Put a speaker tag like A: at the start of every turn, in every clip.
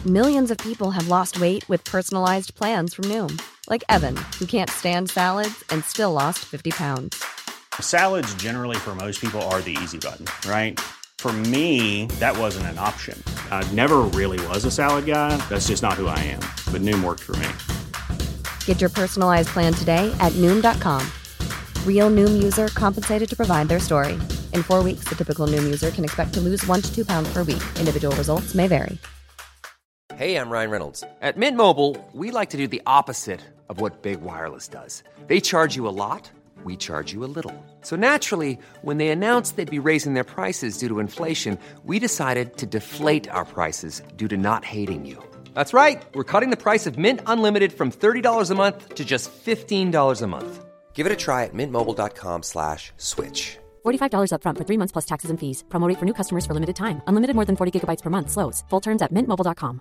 A: Millions of people have lost weight with personalized plans from Noom. Like Evan, who can't stand salads and still lost 50 pounds.
B: Salads generally for most people are the easy button, right? For me, that wasn't an option. I never really was a salad guy. That's just not who I am. But Noom worked for me.
A: Get your personalized plan today at Noom.com. Real Noom user compensated to provide their story. In 4 weeks, the typical Noom user can expect to lose 1 to 2 pounds per week. Individual results may vary.
C: Hey, I'm Ryan Reynolds. At Mint Mobile, we like to do the opposite of what Big Wireless does. They charge you a lot, we charge you a little. So naturally, when they announced they'd be raising their prices due to inflation, we decided to deflate our prices due to not hating you. That's right. We're cutting the price of Mint Unlimited from $30 a month to just $15 a month. Give it a try at mintmobile.com/switch.
D: $45 up front for 3 months plus taxes and fees. Promo rate for new customers for limited time. Unlimited more than 40 gigabytes per month. Slows full terms at mintmobile.com.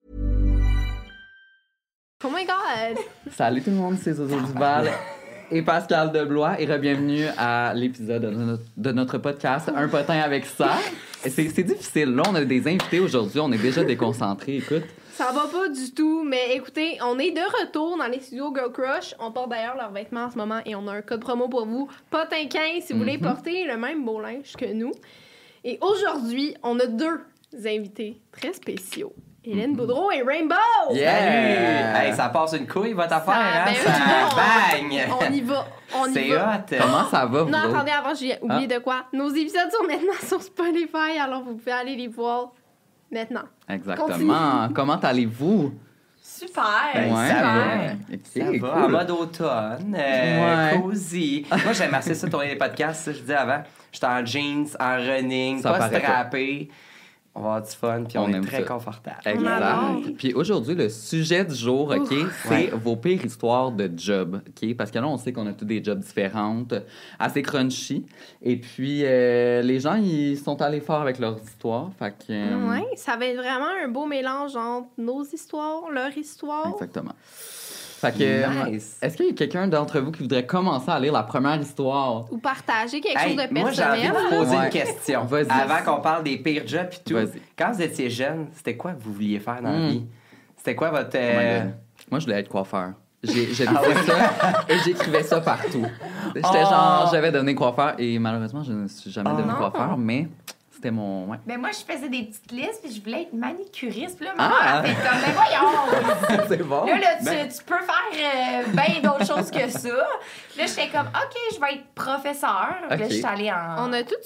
E: Oh my God!
F: Salut tout le monde, c'est Zozo Duval et Pascal Deblois et bienvenue à l'épisode de notre podcast Un potin avec ça. C'est difficile, là on a des invités aujourd'hui, on est déjà déconcentrés, écoute.
E: Ça va pas du tout, mais écoutez, on est de retour dans les studios Girl Crush. On porte d'ailleurs leurs vêtements en ce moment et on a un code promo pour vous, potin 15, si vous voulez porter le même beau linge que nous. Et aujourd'hui, on a 2 invités très spéciaux. Hélène Boudreau et Rainbow!
G: Yeah! Hey, ça passe une couille, votre affaire, hein? Ça bang!
E: On y va,
G: C'est hot!
F: Comment ça va, vous?
E: Non, attendez, avant, j'ai oublié de quoi. Nos épisodes sont maintenant sur Spotify, alors vous pouvez aller les voir maintenant.
F: Exactement.
E: Continue.
F: Comment allez-vous?
G: Super!
F: Ouais,
G: ça va.
F: Okay,
G: Ça va,
F: cool.
G: en mode automne, cozy. Moi, j'aime assez ça, tourner les podcasts, ça, je disais avant. J'étais en jeans, en running,
F: Ça
G: pas
F: paraît
G: strappé. On va avoir du fun, puis on est
F: aime
G: très
F: ça.
G: confortable.
F: Exact. Puis aujourd'hui, le sujet du jour, OK, c'est vos pires histoires de job, OK? Parce que là, on sait qu'on a tous des jobs différentes, assez crunchy. Et puis, les gens, ils sont allés fort avec leurs histoires. Fait que...
E: Ouais, ça va être vraiment un beau mélange entre nos histoires, leur histoire.
F: Exactement. Fait que,
G: Nice.
F: est-ce qu'il y a quelqu'un d'entre vous qui voudrait commencer à lire la première histoire?
E: Ou partager quelque
G: Hey,
E: chose de
G: moi, j'ai envie
E: personnel.
G: de vous poser
F: Ouais.
G: une question.
F: Vas-y.
G: Avant qu'on parle des pires jobs et tout.
F: Vas-y.
G: Quand vous étiez jeune, c'était quoi que vous vouliez faire dans la vie? C'était quoi votre...
F: Moi, je voulais être coiffeur. J'ai fait ça et j'écrivais ça partout. J'étais genre, j'avais devenu coiffeur et malheureusement, je ne suis jamais devenu coiffeur, mais c'était mon... Ouais.
H: Ben moi, je faisais des petites listes, puis je voulais être manicuriste. Puis là, ma mère fait comme, mais voyons!
F: C'est bon.
H: Là, tu peux faire bien d'autres choses que ça. Puis là, j'étais comme, OK, je vais être professeur. Puis là, je suis allée en...
E: On a toutes...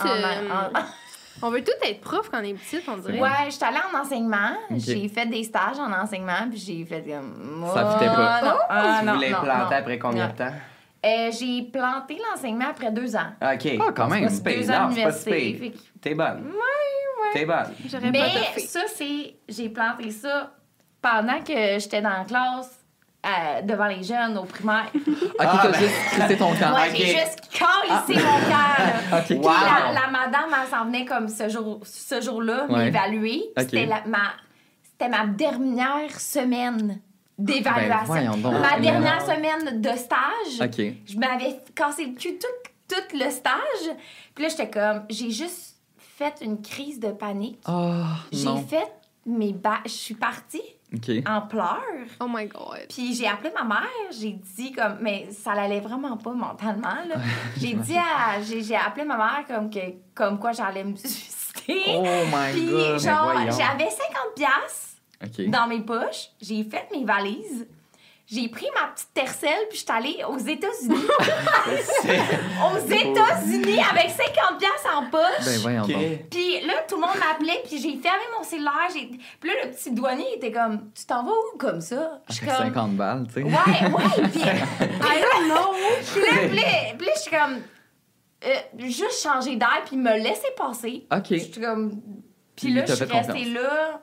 E: On veut toutes être prof quand on est petite, on dirait.
H: Ouais, je suis allée en enseignement. J'ai fait des stages en enseignement, puis j'ai fait comme...
F: Ça fitait pas.
H: Non,
G: Tu voulais planter après combien de temps?
H: J'ai planté l'enseignement après 2 ans.
G: OK.
F: Ah, quand même.
G: C'est pas si
H: 2
G: pire.
H: ans
G: Non, c'est pas si
H: d'université.
G: pire.
H: Fait que-
G: T'es bonne.
H: Ouais.
G: T'es bonne.
E: J'aurais pas
H: Mais
E: toffé.
H: ça, j'ai planté ça pendant que j'étais dans la classe devant les jeunes au primaire.
F: OK, t'as juste crissé ton camp.
H: Ouais,
G: ok.
H: j'ai juste calissé mon cœur. là.
F: OK.
H: Puis
G: Wow.
H: la madame, elle s'en venait comme ce jour-là
F: Ouais.
H: m'évaluer.
F: Ok.
H: C'était ma dernière semaine d'évaluation.
F: Ben, voyons donc.
H: Ma dernière semaine de stage.
F: OK.
H: Je m'avais cassé le cul tout le stage. Puis là, j'étais comme... J'ai juste fait une crise de panique.
F: Oh,
H: J'ai
F: non.
H: fait je suis partie
F: OK.
H: en pleurs.
E: Oh my God.
H: Puis j'ai appelé ma mère, j'ai dit comme... Mais ça l'allait vraiment pas mentalement, là. J'ai appelé ma mère comme quoi j'allais me suicider.
F: Oh my
H: Puis
F: God, mais
H: genre,
F: voyons.
H: j'avais 50$
F: OK.
H: dans mes poches. J'ai fait mes valises. J'ai pris ma petite tercelle, puis je suis allée aux États-Unis. Aux États-Unis, avec 50$ en poche.
F: Ben voyons donc.
H: Puis là, tout le monde m'appelait, puis j'ai fermé mon cellulaire. Puis là, le petit douanier était comme, tu t'en vas où comme ça? Je suis
F: Avec
H: comme,
F: 50 balles, tu sais.
H: ouais. Puis,
E: I don't know.
H: puis là, je suis comme, juste changer d'air, puis me laisser passer.
F: OK.
H: Je suis comme, puis là, je
F: T'as
H: suis
F: fait
H: restée
F: confiance.
H: là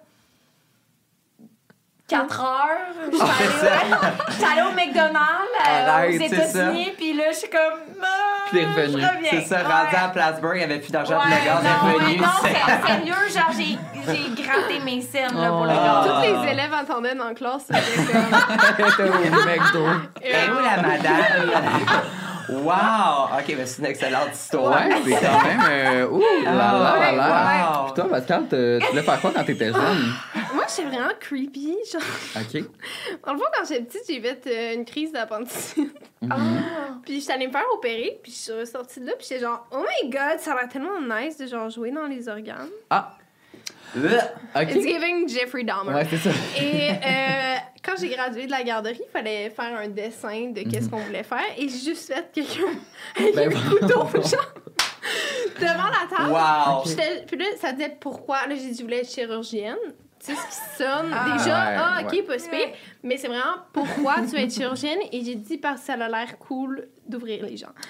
H: 4 heures. Je suis allée au McDonald's
G: Arrête,
H: aux
G: c'est
H: États-Unis, puis là, je suis comme,
F: Puis t'es revenue.
H: je reviens.
G: C'est ça, rendu à Plattsburgh, il n'y avait plus d'argent pour le gaz,
H: non,
G: est revenu.
H: non, c'est sérieux, genre, j'ai gratté mes scènes là, pour le gaz.
E: Tous les élèves entendaient dans la classe, c'était comme...
F: T'es au McDo.
G: Et où la madame? Wow! OK, mais c'est une excellente histoire.
F: Ouais, c'est quand même... ouh, là.
G: Wow.
F: Puis toi, Pascal, tu voulais faire quoi quand t'étais jeune?
E: Moi, j'étais vraiment creepy. Genre,
F: OK.
E: dans le fond, quand j'étais petite, j'ai fait une crise d'appendicite. Puis j'étais allée me faire opérer, puis je suis ressortie de là, puis j'étais genre, oh my god, ça a l'air tellement nice de genre jouer dans les organes.
F: Ah! OK.
E: It's giving Jeffrey Dahmer.
F: Ouais, c'est ça.
E: Et quand j'ai gradué de la garderie, il fallait faire un dessin de qu'est-ce qu'on voulait faire, et j'ai juste fait quelqu'un avec un couteau, genre, devant la table.
G: Wow!
E: Puis là, ça disait pourquoi. Là, j'ai dit, je voulais être chirurgienne. Tu sais, ce qui sonne.
H: Ah,
E: Déjà,
F: ouais,
E: OK, pas si pire. Mais c'est vraiment pourquoi tu veux être chirurgienne. Et j'ai dit parce que ça a l'air cool d'ouvrir les gens.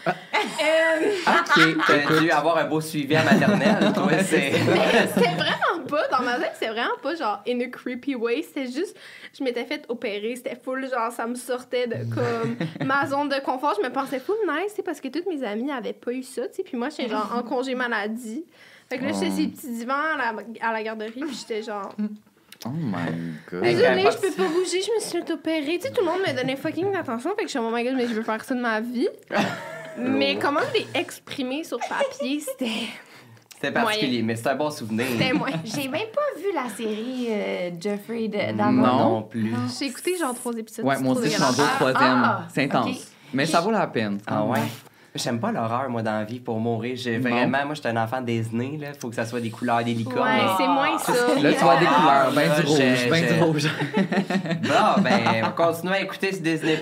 F: OK.
G: T'as dû avoir un beau suivi à maternelle, toi, c'est...
E: Mais c'était vraiment pas, dans ma tête, c'était vraiment pas genre in a creepy way. C'était juste, je m'étais fait opérer. C'était full, genre, ça me sortait de comme ma zone de confort. Je me pensais full nice, tu sais, parce que toutes mes amies avaient pas eu ça, tu sais. Puis moi, j'étais genre en congé maladie. Fait que là, j'étais ces petits divans à la garderie, puis j'étais genre...
F: Oh my God.
E: Désolée, je peux pas bouger, je me suis fait opérer. Tu sais, tout le monde me donnait fucking attention, fait que je suis oh my god, mais je veux faire ça de ma vie. Mais comment je l'ai exprimé sur papier,
G: C'était particulier, mais c'est un bon souvenir.
E: c'était moi.
H: J'ai même pas vu la série Jeffrey Dahmer.
G: Non plus.
E: J'ai écouté genre 3 épisodes.
F: Ouais, moi aussi, je suis rendu au 3e.
H: Ah,
F: C'est intense.
H: OK.
F: Mais ça vaut la peine.
G: Ah ouais? J'aime pas l'horreur, moi, dans la vie, pour mourir. Vraiment, moi, j'étais un enfant Disney, là. Faut que ça soit des couleurs, des licornes.
E: Ouais, c'est moins ça.
F: Là, tu vois des couleurs, ben
G: là,
F: du rouge, ben du rouge.
G: Bon, ben, on va continuer à écouter ce Disney+.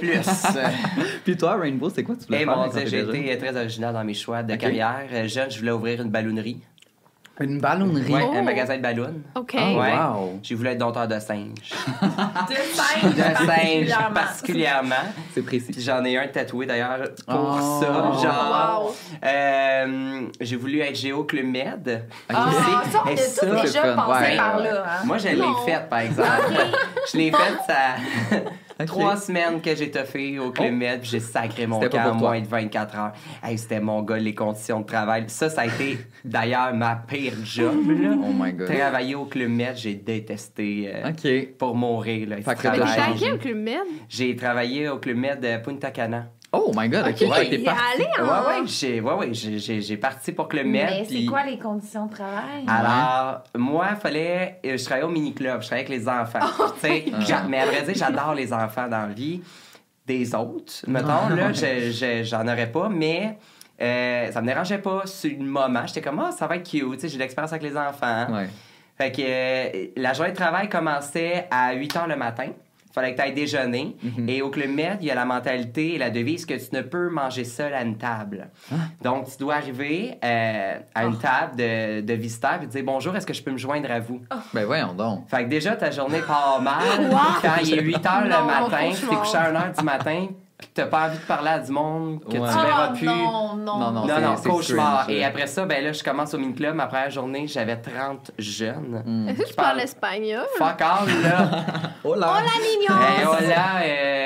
F: Puis toi, Rainbow, c'est quoi tu voulais
G: Et
F: faire?
G: mon
F: quand
G: Dieu, j'ai
F: t'étais jeune?
G: été très original dans mes choix de
F: Ok.
G: carrière. Jeune, je voulais ouvrir une ballonnerie.
F: Une ballonnerie.
G: Ouais,
E: Oh.
G: un magasin de ballons.
E: OK.
F: Oh,
G: Ouais.
F: wow.
G: J'ai voulu être dompteur de singes.
H: De singe.
G: De singes, particulièrement.
F: C'est précis.
G: Puis j'en ai un tatoué d'ailleurs pour
F: Oh.
G: ça. Genre,
E: Wow.
G: j'ai voulu être Géo Club Med.
H: Ah, ça, on a
G: Et
H: tous
F: c'est
H: déjà
F: fun.
H: pensé
F: Ouais,
H: par
F: ouais.
H: là. Hein?
G: Moi, je l'ai
E: Non.
G: faite, par exemple. Je l'ai faite, ça...
F: Ok.
G: 3 semaines que j'ai toffé au Club Med, puis j'ai sacré mon
F: C'était pas
G: camp en
F: pour toi.
G: moins de 24 heures. Hey, c'était mon gars, les conditions de travail. Ça a été d'ailleurs ma pire job. Là.
F: Oh my God.
G: Travailler au Club Med, j'ai détesté
F: OK.
G: pour mourir. Là,
F: Fait que
E: Mais
G: travail.
E: t'étais à quel Club Med?
G: J'ai travaillé au Club Med de Punta Cana.
F: Oh my God, OK.
E: OK,
F: Ouais, t'es
E: il est
F: parti.
E: allé en...
G: J'ai parti pour Club Med.
H: Mais c'est
G: puis-
H: quoi les conditions de travail?
G: Alors, moi, il fallait. Je travaillais au mini-club, je travaillais avec les enfants. Tu sais, mais à vrai dire, j'adore les enfants dans la vie. Des autres, mettons, là, j'en aurais pas, mais ça me dérangeait pas sur le moment. J'étais comme, ça va être cute, tu sais, j'ai de l'expérience avec les enfants.
F: Ouais.
G: Fait que la journée de travail commençait à 8 h le matin. Il fallait que tu ailles déjeuner. Et au Club Med, il y a la mentalité et la devise que tu ne peux manger seul à une table. Donc, tu dois arriver à une table de visiteurs et te dire « Bonjour, est-ce que je peux me joindre à vous?
F: Ben voyons donc.
G: Fait que déjà, ta journée part mal. Quand il est 8 h le
E: Non,
G: matin,
E: mon
G: tu t'es
E: cauchemar.
G: couché à 1 h du matin, puis que t'as pas envie de parler à du monde, que
F: Ouais.
G: tu verras
H: Ah,
G: plus.
H: non.
F: Non,
G: Non,
F: c'est
G: cauchemar.
F: cringe.
G: Et après ça, ben là, je commence au mini-club. Ma première journée, j'avais 30 jeunes.
E: Est-ce que tu
G: parle-
E: parles espagnol?
G: Fuck all, là.
F: Oh là!
G: Hey, voilà,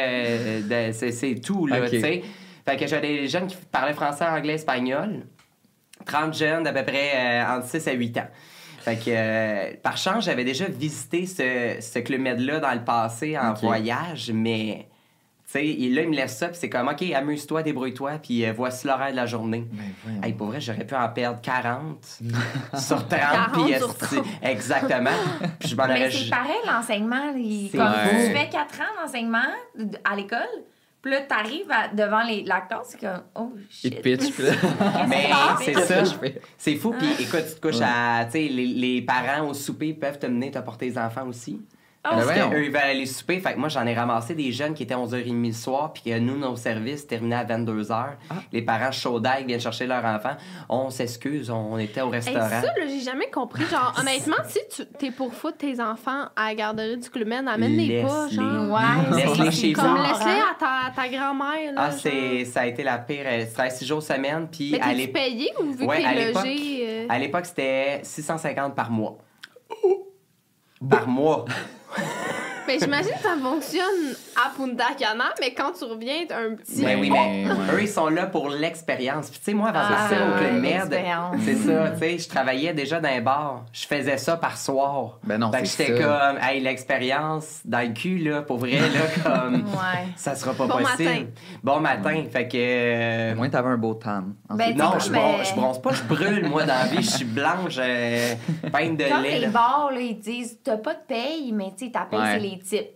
G: c'est tout, là,
F: Ok.
G: tu sais. Fait que j'avais des jeunes qui parlaient français, anglais, espagnol. 30 jeunes d'à peu près entre 6 à 8 ans. Fait que, par chance, j'avais déjà visité ce Club Med-là dans le passé en
F: Ok.
G: voyage, mais... Tu sais, là, il me laisse ça, puis c'est comme, OK, amuse-toi, débrouille-toi, puis voici l'horaire de la journée.
F: Ben voyons.
G: Hey, pour vrai, j'aurais pu en perdre 40 sur 30.
E: 40
G: puis
E: sur
G: esti- Exactement. Puis je m'en
H: Mais
G: aurais...
H: c'est pareil, l'enseignement.
G: C'est
H: Comme
F: vrai.
H: tu fais 4 ans d'enseignement à l'école, puis là, t'arrives devant l'acteur, c'est comme, oh
F: Il
H: shit.
F: pitch, puis là...
G: Mais c'est
F: Qu'est-ce
G: ça.
F: que je fais?
G: C'est fou. Puis écoute, tu te couches à... Tu sais, les parents au souper peuvent te mener t'apporter les enfants aussi. Parce
F: voyons.
G: qu'eux, ils veulent aller souper. Fait que moi, j'en ai ramassé des jeunes qui étaient 11h30 le soir, puis que nous, nos services terminaient à 22h. Les parents chauds d'ail viennent chercher leur enfant. On s'excuse, on était au
E: Hey,
G: restaurant.
E: ça, là, j'ai jamais compris. Genre, honnêtement, si tu t'es pour foutre tes enfants à la garderie du Club Med, amène-les pas,
G: Laisse-les.
E: genre.
H: Ouais,
G: Laisse-les
H: c'est
G: chez
E: Comme
G: vous.
E: laisse-les à ta grand-mère, là.
G: Ah,
E: genre.
G: ça a été la pire. Je travaille 6 jours semaine, puis
E: Mais
G: à
E: t'es-tu
G: l'époque...
E: payé ou vu
G: Ouais,
E: que
G: à
E: t'es
G: l'époque-
E: logé...
G: À l'époque, c'était 650 par mois. Par mois.
E: Mais j'imagine que ça fonctionne à Punta Cana, mais quand tu reviens, t'as un petit...
G: Ben oui, mais eux, ils sont là pour l'expérience. Puis, tu sais, moi, avant de ça, au Club Med, c'est ça, tu sais, je travaillais déjà dans un bar. Je faisais ça par soir.
F: Ben non,
G: fait que
F: c'est
G: j'étais
F: ça.
G: comme, hey, l'expérience dans le cul, là, pour vrai, là, comme, ça sera pas
E: Bon
G: possible.
E: matin.
G: Bon matin. Fait que.
F: Au moins, t'avais un beau tan.
H: Ben,
G: Non,
H: tu sais,
G: je bronze pas, je brûle, moi, dans la vie. Je suis blanche, peinte de
H: Comme
G: lait.
H: les
G: là.
H: bars, là, ils disent t'as pas de paye, mais tu sais, ta paye, c'est les types.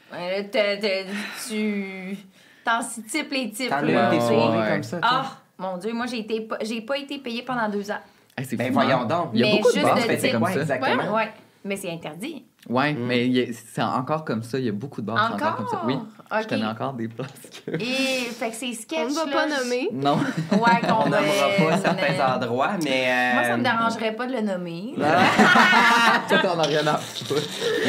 H: Tu t'anticipes les types.
G: T'en as
H: là,
G: eu des
H: tu sais.
G: soirées comme ça, toi?
H: Ah, mon Dieu, moi, j'ai pas été payée pendant 2 ans.
F: Hey, c'est
G: Ben
F: fou,
G: voyons
F: hein?
G: donc.
F: Il y a
H: Mais
F: beaucoup de
H: juste
F: bars
H: de
F: qui faisaient
H: type.
F: comme ça.
G: Exactement.
H: Ouais, mais c'est interdit.
F: Ouais, mais c'est encore comme ça. Il y a beaucoup de bars qui sont encore comme ça. Oui,
H: Ok.
F: je connais encore des places que...
H: Et fait que ces sketchs.
E: On ne va pas nommer.
F: Non.
H: Ouais, qu'on
G: On nommera pas certains
H: mais-
G: endroits, mais.
H: Moi, ça me dérangerait pas de le nommer.
F: Toi, t'en as rien à foutre.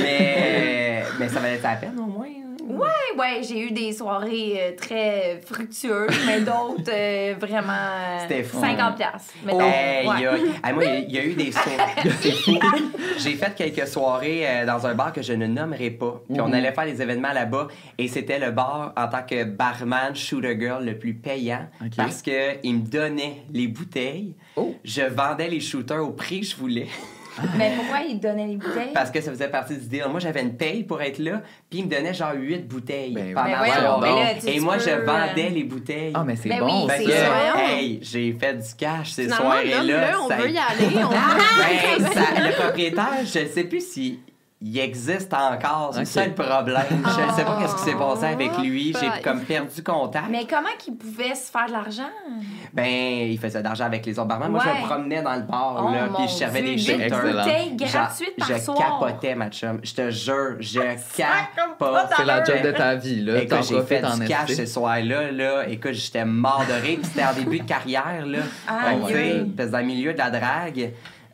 G: Mais ça valait la peine, au moins. hein?
H: Ouais, j'ai eu des soirées très fructueuses, mais d'autres vraiment.
G: C'était fou.
H: 50$. mettons.
G: Hey,
H: Ouais.
G: moi, il y a eu des soirées. C'est fou. J'ai fait quelques soirées dans un bar que je ne nommerai pas. Puis on allait faire des événements là-bas. Et c'était le bar en tant que barman shooter girl le plus payant.
F: Ok.
G: Parce qu'il me donnait les bouteilles.
F: Oh.
G: Je vendais les shooters au prix que je voulais.
H: Mais pourquoi ils donnaient les bouteilles?
G: Parce que ça faisait partie du deal. Moi, j'avais une paye pour être là. Puis il me donnait genre 8 bouteilles
F: Ben
G: pendant
H: oui.
G: la
H: Ben voyons,
G: soirée.
H: mais là, tu
G: Et moi,
H: peux,
G: je vendais les bouteilles.
F: Ah, mais c'est
H: Ben
F: bon.
H: oui,
G: Fait
H: c'est
G: que,
H: ça.
G: hey, j'ai fait du cash ces
E: Finalement,
G: soirées-là.
E: nomme-le, on
G: ça a
E: veut y aller. On veut...
G: Ben, le propriétaire, je ne sais plus si il existe encore. C'est
F: Ok.
G: ça le problème. Je ne sais pas qu'est-ce qui s'est passé avec lui. J'ai
E: Ouais.
G: comme perdu contact.
H: Mais comment qu'ils pouvaient se faire de l'argent?
G: Ben, il faisait d'argent avec les autres barman. Moi, je
H: Ouais.
G: me promenais dans le bar,
H: Oh,
G: là,
H: mon
G: puis je servais
H: Dieu,
G: des
H: huit
G: shooters.
H: bouteilles
F: Excellent.
H: gratuites par
G: je
H: soir.
G: capotais, ma chum. Je te jure, je
H: pas
G: capotais.
F: C'est la job de ta vie, là. T'en
G: Écoute, j'ai fait
F: profites en
G: du cash
F: esti.
G: ce soir-là. Là. Écoute, j'étais mort de rire. Puis c'était en début de carrière. Là.
H: Aïe,
G: Tu sais,
H: aïe.
G: parce que dans le milieu de la drague,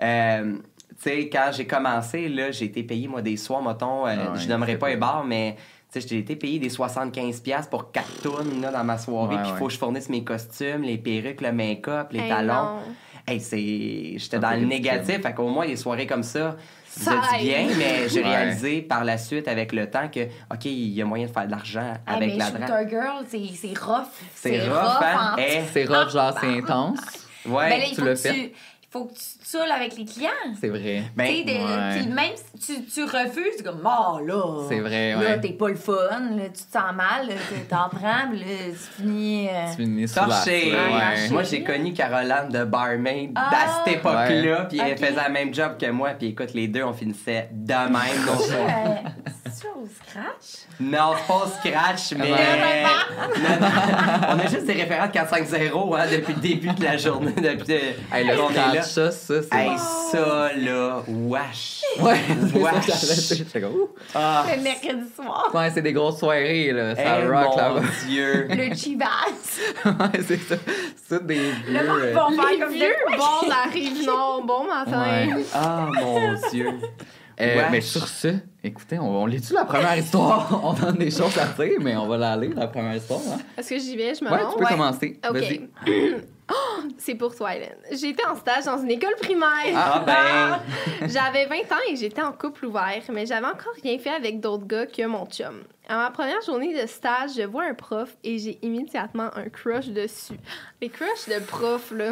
G: tu sais, quand j'ai commencé, là, j'ai été payé, moi, des soirs, mettons, je nommerai pas les bars, mais tu sais, j'ai été payé des 75$ pour 4 tonnes là, dans ma soirée.
F: Ouais,
G: Puis il faut
F: ouais.
G: que je fournisse mes costumes, les perruques, le make-up, les
E: Hey,
G: talons.
E: non.
G: Hey, j'étais
F: Un
G: dans
F: peu
G: le
F: ridicule.
G: négatif. Fait qu'au moins, les soirées comme ça
E: Ça
G: faisaient du bien,
E: aide.
G: mais j'ai
F: Ouais.
G: réalisé par la suite, avec le temps, que, OK, il y a moyen de faire de l'argent
H: Ah,
G: avec
H: mais
G: la drague.
H: Shooter Girl, c'est rough.
G: C'est rough, hein?
H: en-
G: Eh,
F: C'est rough, genre, c'est intense.
G: ouais.
H: Ben là, il
F: tu
H: faut
F: l'as
H: que
F: fait.
H: il faut que tu te saoules avec les clients.
F: C'est vrai.
G: Ben,
H: Tu sais,
F: ouais.
H: puis même si tu refuses, c'est comme, oh là.
F: C'est vrai,
H: Là,
F: ouais.
H: t'es pas le fun, là, tu te sens mal, là, t'en prends, puis là, tu finis.
F: Tu finis sous la...
G: Torché.
F: Ouais.
G: Moi, j'ai connu Caroline de barmaid
H: Ah.
G: à cette époque-là,
F: Ouais.
G: puis elle
H: Ok.
G: faisait la même job que moi, puis écoute, les deux, on finissait de même. Donc,
H: C'est au scratch?
G: non, c'est pas au scratch, mais...
H: Le
G: on a juste des référents de 4-5-0 hein, depuis le début de la journée, depuis
F: Hey, le
G: qu'on est là.
F: scratch, ça, c'est...
G: Hey, ça, là, wesh.
F: Ouais, c'est ça,
G: Wesh.
F: j'ai arrêté. J'étais comme, ouh.
G: Ah,
H: Le mercredi soir.
F: Ouais, c'est des grosses soirées, là. Ça
G: hey,
F: rock, là-bas.
G: mon Dieu.
H: Le chivas.
F: Ouais, c'est ça. C'est tout des vieux...
H: Le monde va faire
E: Les
H: comme
E: vieux
H: de quoi?
E: bord de la Rive-Nord, bon matin.
F: Ouais.
G: Ah, mon Dieu. Wesh.
F: Mais sur ce, écoutez, on lit-tu la première histoire? On a des choses à dire, mais on va la lire, la première histoire. Hein?
E: Est-ce que j'y vais? Je me
F: Ouais,
E: lance?
F: tu peux commencer.
E: OK.
F: Vas-y.
E: C'est pour toi, Hélène. J'étais en stage dans une école primaire.
G: Ah, ben...
E: J'avais 20 ans et j'étais en couple ouvert, mais j'avais encore rien fait avec d'autres gars que mon chum. À ma première journée de stage, je vois un prof et j'ai immédiatement un crush dessus. Les crushs de prof, là.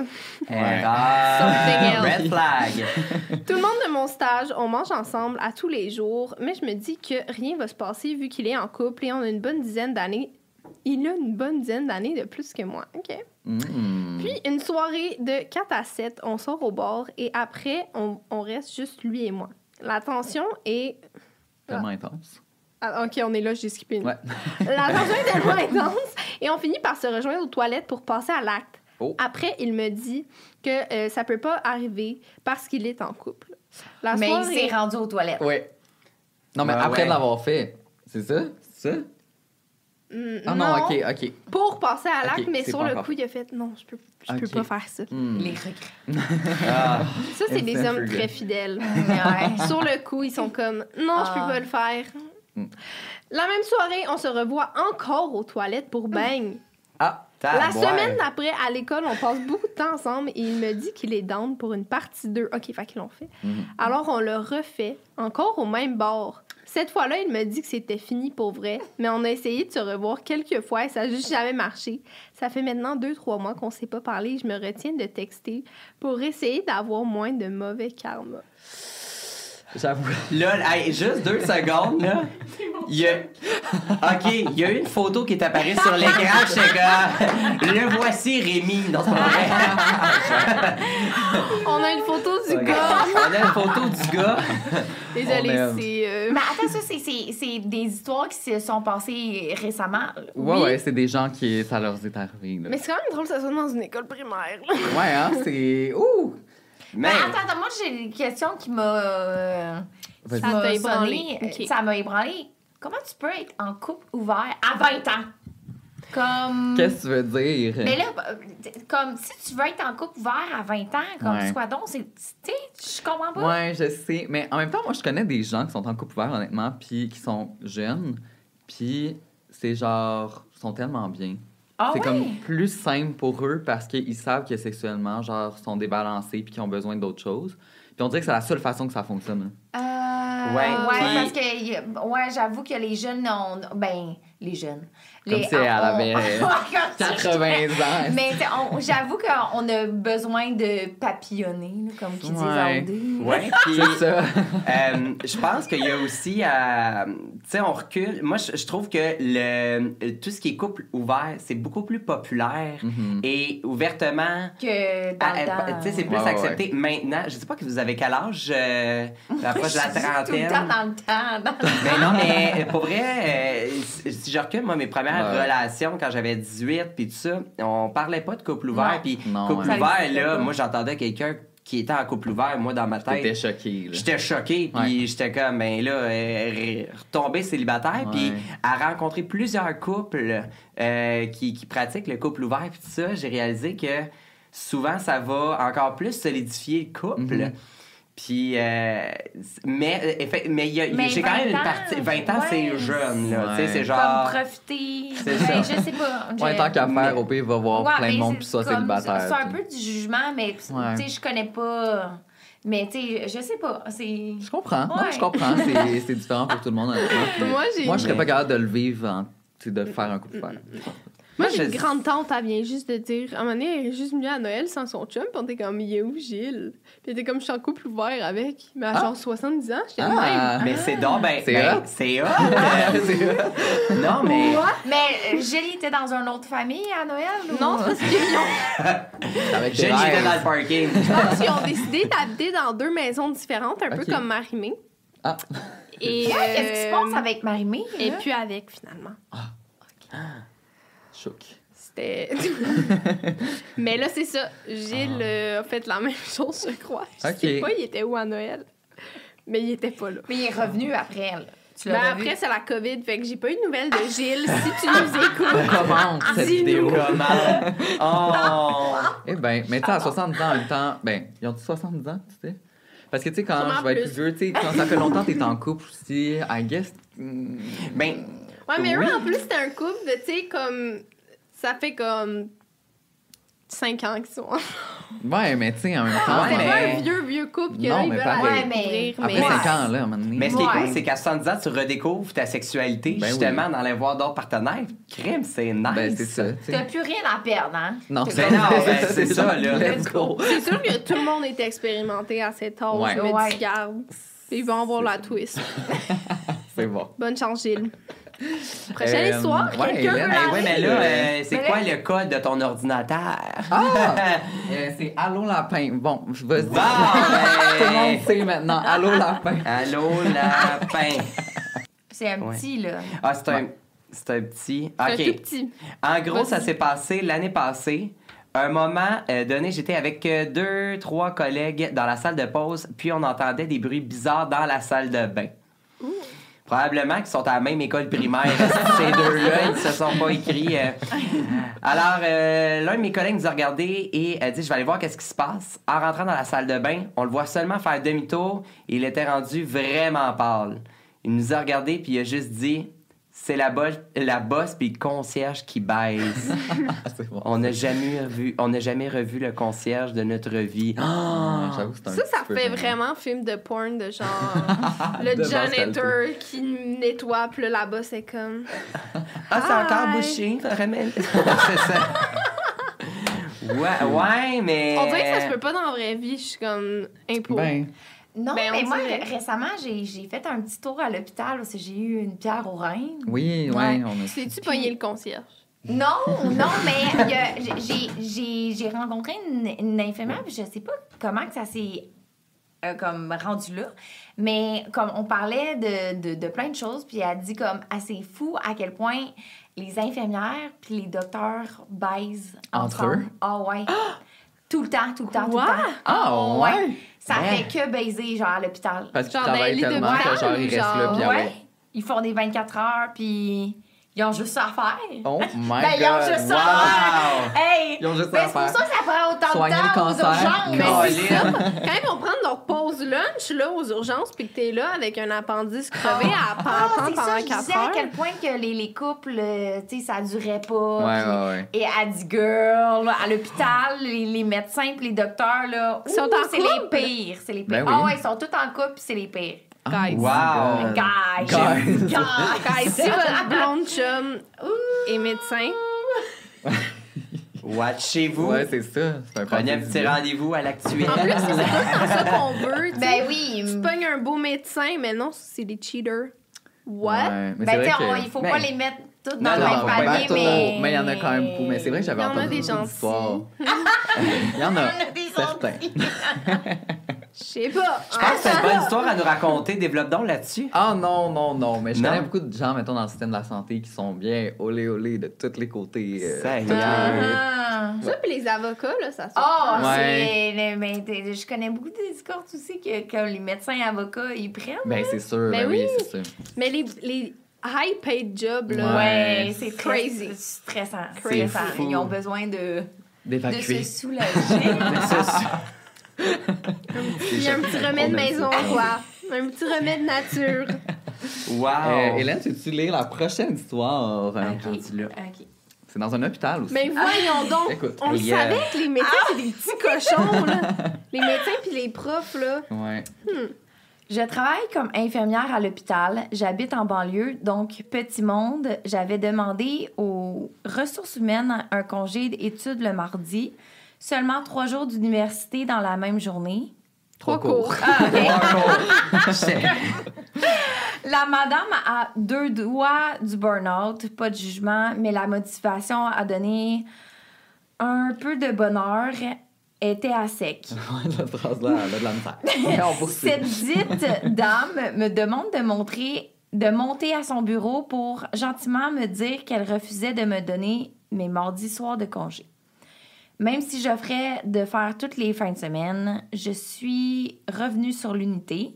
G: Ah,
E: Something
G: red flag.
E: Tout le monde de mon stage, on mange ensemble à tous les jours, mais je me dis que rien va se passer vu qu'il est en couple et on a une bonne dizaine d'années. Il a une bonne dizaine d'années de plus que moi. OK.
F: Mm.
E: Puis, une soirée de 4 à 7, on sort au bar et après, on reste juste lui et moi. La tension est...
F: Tellement intense.
E: Ah, OK, on est là, j'ai skippé une.
F: Ouais.
E: La tension est tellement intense et on finit par se rejoindre aux toilettes pour passer à l'acte.
F: Oh.
E: Après, il me dit que ça peut pas arriver parce qu'il est en couple. La
H: Mais il
E: soirée...
H: s'est rendu aux toilettes.
F: Ouais. Non, mais
G: Ouais,
F: après
G: ouais.
F: l'avoir fait, c'est ça? C'est ça? Ah non, OK.
E: Pour passer à l'acte,
F: Ok,
E: mais
F: c'est
E: sur
F: pas
E: le
F: encore
E: coup, il a fait non, je peux
F: Ok.
E: pas faire ça.
F: Mm.
H: Les regrets.
G: Ah.
E: Ça, c'est des
F: Instant
E: hommes
F: regret.
E: très fidèles.
H: Ouais.
E: Sur le coup, ils sont comme non, je peux
H: Ah.
E: pas le faire.
F: Mm.
E: La même soirée, on se revoit encore aux toilettes pour bang.
F: Ah!
E: La
G: ouais.
E: semaine d'après, à l'école, on passe beaucoup de temps ensemble et il me dit qu'il est down pour une partie 2. OK, fait qu'ils l'ont fait.
F: Mhm.
E: Alors, on le refait encore au même bar. Cette fois-là, il me dit que c'était fini pour vrai, mais on a essayé de se revoir quelques fois et ça n'a juste jamais marché. Ça fait maintenant 2-3 mois qu'on ne s'est pas parlé et je me retiens de texter pour essayer d'avoir moins de mauvais karma.
F: J'avoue.
G: Là, hey, juste 2 secondes, là. Il y a... OK, il y a une photo qui est apparue sur l'écran. Je sais que... Le voici, Rémi. Non, c'est pas vrai.
E: On a une photo du gars.
G: On a une photo du gars.
E: Désolée, c'est...
H: Mais attends, ça, c'est des histoires qui se sont passées récemment.
F: Ouais, c'est des gens qui... Ça leur est arrivé, là.
E: Mais c'est quand même drôle que ça soit dans une école primaire. Là.
F: Ouais, hein, c'est... Ouh!
H: Mais attends, moi, j'ai une question qui m'a...
E: Ça t'a ébranlé. Okay.
H: Ça m'a ébranlé. Comment tu peux être en couple ouvert à 20 ans? Comme...
F: Qu'est-ce que tu veux dire?
H: Mais là, comme si tu veux être en couple ouvert à 20 ans, comme soit donc, tu sais, je comprends pas.
F: Ouais, je sais. Mais en même temps, moi, je connais des gens qui sont en couple ouvert, honnêtement, puis qui sont jeunes, puis c'est genre... Ils sont tellement bien.
H: Ah
F: c'est
H: ouais?
F: comme plus simple pour eux parce qu'ils savent que sexuellement, genre, sont débalancés puis qu'ils ont besoin d'autres choses. Puis on dirait que c'est la seule façon que ça fonctionne.
G: Ouais,
H: parce que... Ouais, j'avoue que les jeunes ont... Ben, les jeunes...
F: Comme si elle avait 80 ans.
H: Mais j'avoue qu'on a besoin de papillonner, là, comme qu'ils disent en D.
G: Ouais, puis c'est ça. Je pense qu'il y a aussi... tu sais, on recule. Moi, je trouve que tout ce qui est couple ouvert, c'est beaucoup plus populaire et ouvertement...
H: Que dans le temps.
G: Tu sais, c'est plus accepté. Maintenant, je sais pas que vous avez quel âge, approche de la trentaine.
H: Tout le temps dans le temps.
G: Mais non, mais pour vrai, si je recule, moi, mes premières relations, quand j'avais 18 puis tout ça, on parlait pas de couple ouvert. Puis couple ouvert, là, moi, j'entendais quelqu'un qui était en couple ouvert, moi, dans ma tête.
F: T'étais choqué, là.
G: J'étais choqué, puis j'étais comme, ben là, retombé célibataire, puis à rencontrer plusieurs couples qui pratiquent le couple ouvert, puis tout ça, j'ai réalisé que souvent, ça va encore plus solidifier le couple. Puis, mais j'ai quand même une partie... 20 ans, c'est jeune, là. Tu sais, c'est genre...
H: Comme profiter...
G: Ben,
H: je sais pas.
F: Ouais, tant qu'à faire, au pire, va voir plein de monde puis soit célibataire.
H: C'est un peu du jugement, mais tu sais, je connais pas... Mais tu sais, je sais pas.
F: Je comprends. Non, je comprends. C'est différent pour tout le monde. Moi, je serais pas capable de le vivre, de faire un couple ouvert.
E: Moi, j'ai une grande tante, elle vient juste de dire... À un moment donné, elle est juste venue à Noël sans son chum, puis on était comme, il est où, Gilles? Puis elle était comme, je suis en couple ouvert avec. Mais à genre 70 ans, j'étais même.
G: Mais c'est donc, c'est hot. Non, mais...
H: Mais Gilles était dans une autre famille à Noël? Ou...
E: Non, c'est parce qu'ils
G: Gilles était dans le parking.
E: Je pense qu'ils ont décidé d'habiter dans 2 maisons différentes, un peu comme Marie-Mé.
F: Ah.
H: Et qu'est-ce qui se passe avec Marie-Mé?
E: Et puis avec, finalement.
F: Choc.
E: C'était... Mais là, c'est ça. Gilles a fait la même chose, je crois. Je sais pas, il était où à Noël. Mais il était pas là.
H: Mais il est revenu après, là.
E: Après, c'est la COVID, fait que j'ai pas eu de nouvelles de Gilles. Si tu nous écoutes,
F: comment cette vidéo?
G: Oh!
F: Eh ben, mais tu sais, à 70 ans en même temps, ben, ils ont 70 ans, tu sais? Parce que, tu sais, quand je vais être plus vieux, tu sais, quand ça fait longtemps que t'es en couple aussi, I guess...
G: Ben...
E: Ouais, mais eux, en plus, c'était un couple de, tu sais, comme... Ça fait comme 5 ans qu'ils sont
F: Ouais, mais tu sais, en même temps...
E: C'est pas un vieux couple que là, ils veulent aller découvrir.
F: Après 5 ans, là, à un moment donné...
G: Mais ce qui est cool, c'est qu'à 70 ans, tu redécouvres ta sexualité, justement, dans aller voir d'autres partenaires. Crème, c'est nice.
F: Ben, c'est ça.
H: T'as plus rien à perdre, hein?
F: Non,
G: c'est ça, là.
F: Let's go.
E: C'est sûr que tout le monde est expérimenté à cet âge, mais tu gardes. Ils vont avoir la twist.
F: C'est bon.
E: Bonne chance, Gilles. Prochaine histoire, quelqu'un veut
G: oui, mais là, c'est quoi le code de ton ordinateur?
F: C'est Allô Lapin. Bon, vas-y.
G: Bon,
F: tout le monde sait maintenant. Allô Lapin.
G: Allô Lapin.
H: C'est un petit, là.
G: Ah, c'est un petit.
E: C'est un
G: OK.
E: tout petit.
G: En gros, ça s'est passé l'année passée. Un moment donné, j'étais avec 2-3 collègues dans la salle de pause, puis on entendait des bruits bizarres dans la salle de bain. Probablement qu'ils sont à la même école primaire. Ces deux-là, ils se sont pas écrits. Alors, l'un de mes collègues nous a regardés et a dit « Je vais aller voir qu'est-ce qui se passe. » En rentrant dans la salle de bain, on le voit seulement faire demi-tour et il était rendu vraiment pâle. Il nous a regardés puis il a juste dit « C'est la bosse puis le concierge qui baise.
F: C'est bon.
G: On n'a jamais revu le concierge de notre vie.
F: J'avoue, c'est un
E: Ça
F: petit peu
E: fait
F: gênant.
E: vraiment film de porn de genre le
F: De
E: janitor qui nettoie, puis là, là-bas, c'est comme...
G: Ah, c'est encore
E: Hi.
G: bouché. C'est ça. Ouais, mais...
E: On dirait que ça se peut pas dans la vraie vie, je suis comme impôt.
F: Ben,
H: Non,
E: Ben,
H: mais
E: on
H: moi,
E: dirait.
H: récemment, j'ai fait un petit tour à l'hôpital parce que j'ai eu une pierre au rein.
F: oui,
H: Ouais.
F: on a...
E: Sais-tu pogner le concierge?
H: Non, mais j'ai rencontré une infirmière, puis je sais pas comment que ça s'est comme rendu là, mais comme on parlait de plein de choses, puis elle a dit comme assez fou à quel point les infirmières puis les docteurs baisent
F: Entre
H: ensemble.
F: eux?
H: Ah ouais. Tout le temps, tout le temps, tout
E: Quoi?
H: le temps.
F: Ah, ouais?
H: Ça fait que baiser, genre, à l'hôpital.
F: Parce qu'ils
E: Genre dans les
F: travaillent
E: lits
F: tellement
E: d'hôpital
F: que genre, ils
E: ou
F: restent là,
E: genre-
F: puis ah ouais.
H: Ils font des 24 heures, puis ils ont juste ça à faire.
F: Oh my
H: Ben, ils ont
F: God!
H: juste ça à faire. Hey!
F: Ils ont juste
H: Ben,
F: ça à
H: c'est pour
F: faire.
H: ça que ça prend autant
F: Soigner
H: de
F: le
H: temps aux
F: cancer.
H: urgences.
E: Mais
H: Ben,
E: c'est ça. Quand ils vont prendre leur pause lunch là, aux urgences, puis que t'es là avec un appendice crevé à
H: Ah,
E: attendre
H: c'est ça,
E: pendant
H: je
E: 4
H: disais à
E: heures.
H: quel point que les couples, tu sais, ça durait pas.
F: Ouais,
H: puis-
F: ouais.
H: Et elle dit, girl, à l'hôpital, les médecins puis les docteurs, là,
E: Ils sont
H: ouh,
E: en
H: c'est les
E: couple?
H: pires. C'est les pires.
F: Ben oui.
H: Ah ouais, ils sont tous en couple puis c'est les pires.
E: Guys.
G: Wow!
H: Guys.
F: Guys.
E: Guys, si votre blonde chum est médecin,
G: Watchez-vous.
F: Ouais, c'est ça. C'est un
G: Prenez un
F: parti
G: petit
F: du-
G: rendez-vous à l'actuel.
E: en plus, c'est tout ça qu'on veut. tu sais.
H: Ben oui.
E: Tu pognes un beau médecin, mais non, c'est des cheaters. What?
F: Ouais, mais c'est
H: Ben,
F: vrai
H: tu sais,
F: que...
H: il faut
G: Ben,
H: pas les mettre tous
G: non,
H: dans le
G: non,
H: même
G: faut pas
H: panier,
G: mettre
H: mais...
F: Mais il y en a quand même beaucoup. Mais c'est vrai que j'avais
E: Il y en a
F: entendu
E: des
F: beaucoup
E: gentils.
F: d'histoires. Il y en a certains.
E: Je sais pas.
G: Je pense que c'est une bonne histoire à nous raconter. Développe donc là-dessus.
F: Ah non. Mais je
G: Non?
F: connais beaucoup de gens, mettons, dans le système de la santé qui sont bien olé de tous les côtés.
G: Seigneur.
H: Ah.
E: Ça, puis les avocats, là, ça se
H: Oh,
F: Ouais.
H: je connais beaucoup de discours aussi que les médecins et avocats, ils prennent.
F: Ben, c'est sûr.
E: Ben
F: Ben oui,
E: oui.
F: c'est sûr.
E: Mais les high-paid jobs, là,
H: Ouais, c'est
E: crazy.
H: stressant.
G: C'est
H: stressant.
G: fou.
H: Ils ont besoin de
F: D'évacuer.
H: se soulager.
E: il y a un petit remède
F: On aime
E: maison,
F: ça.
E: quoi. Un petit remède nature.
G: Wow!
F: Hélène, veux-tu lire la prochaine histoire?
H: OK.
G: rendu là.
H: OK.
F: C'est dans un hôpital aussi.
E: Mais voyons donc,
F: Écoute,
E: on le
G: yeah.
E: savait que les médecins, c'est des petits cochons, là. Les médecins puis les profs, là.
F: Ouais.
H: Je travaille comme infirmière à l'hôpital. J'habite en banlieue, donc petit monde. J'avais demandé aux ressources humaines un congé d'études le mardi. Seulement 3 jours d'université dans la même journée.
E: 3 cours.
H: Ah, OK.
G: J'étais-
H: La madame a 2 doigts du burn-out, pas de jugement, mais la motivation a donné un peu de bonheur était à sec.
F: Cette phrase-là, elle a de la misère. On poursuit.
H: Cette dite dame me demande de monter à son bureau pour gentiment me dire qu'elle refusait de me donner mes mardis soirs de congé. Même si j'offrais de faire toutes les fins de semaine, je suis revenue sur l'unité.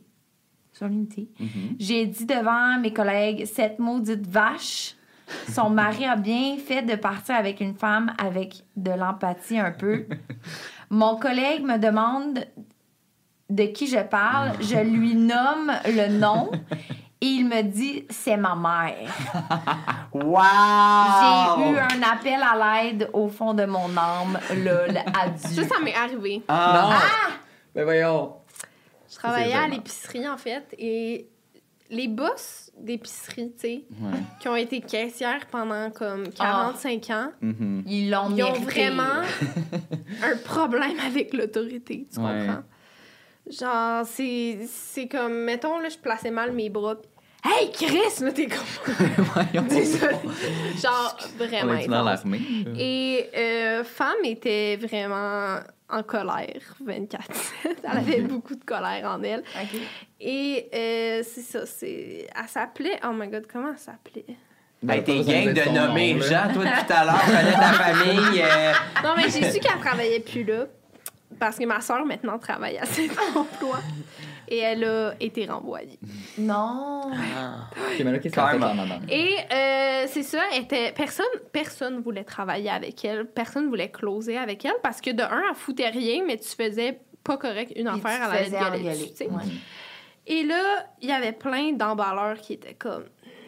H: J'ai dit devant mes collègues, cette maudite vache, son mari a bien fait de partir avec une femme avec de l'empathie un peu. Mon collègue me demande de qui je parle. Je lui nomme le nom et il me dit « c'est ma mère ».
G: Wow!
H: J'ai eu un appel à l'aide au fond de mon âme. Lol, adieu.
E: Ça m'est arrivé.
F: Non! Ben voyons.
E: Je travaillais
F: c'est
E: à
F: vraiment-
E: l'épicerie, en fait, et les boss d'épicerie, tu sais,
F: Ouais.
E: qui ont été caissières pendant comme 45 ans,
F: Mhm.
H: Ils l'ont
E: ils ont
H: mérité.
E: vraiment un problème avec l'autorité, tu
F: Ouais.
E: comprends? Genre, c'est comme, mettons, là, je plaçais mal mes bras, pis, hey, Chris, là, t'es con!
F: Voyons.
E: Désolée. Genre,
F: On
E: vraiment
F: est dans
E: intense.
F: l'armée.
E: Et femme était vraiment en colère 24/7. Elle avait beaucoup de colère en elle.
H: OK.
E: Et c'est ça, elle s'appelait... Oh my God, comment elle s'appelait?
G: Ben, t'es
F: Pas besoin
G: gang
F: dire son
G: de nommer
F: nom, là.
G: Jean, toi, depuis tout à l'heure. Connais ta famille.
E: Non, mais j'ai su qu'elle travaillait plus là. Parce que ma soeur, maintenant, travaille à cet emploi. Et elle a été renvoyée.
H: Non.
F: Ok, mais là, qu'est-ce qu'elle fait,
G: Karma.
F: la madame?
E: Et c'est ça, personne voulait travailler avec elle. Personne voulait closer avec elle. Parce que de un, elle foutait rien, mais tu faisais pas correct une
H: Puis
E: affaire,
H: tu
E: elle allait
H: faisais
E: te gueuler
H: engueuler.
E: dessus, tu sais.
H: Ouais.
E: Et là, il y avait plein d'emballeurs qui étaient comme...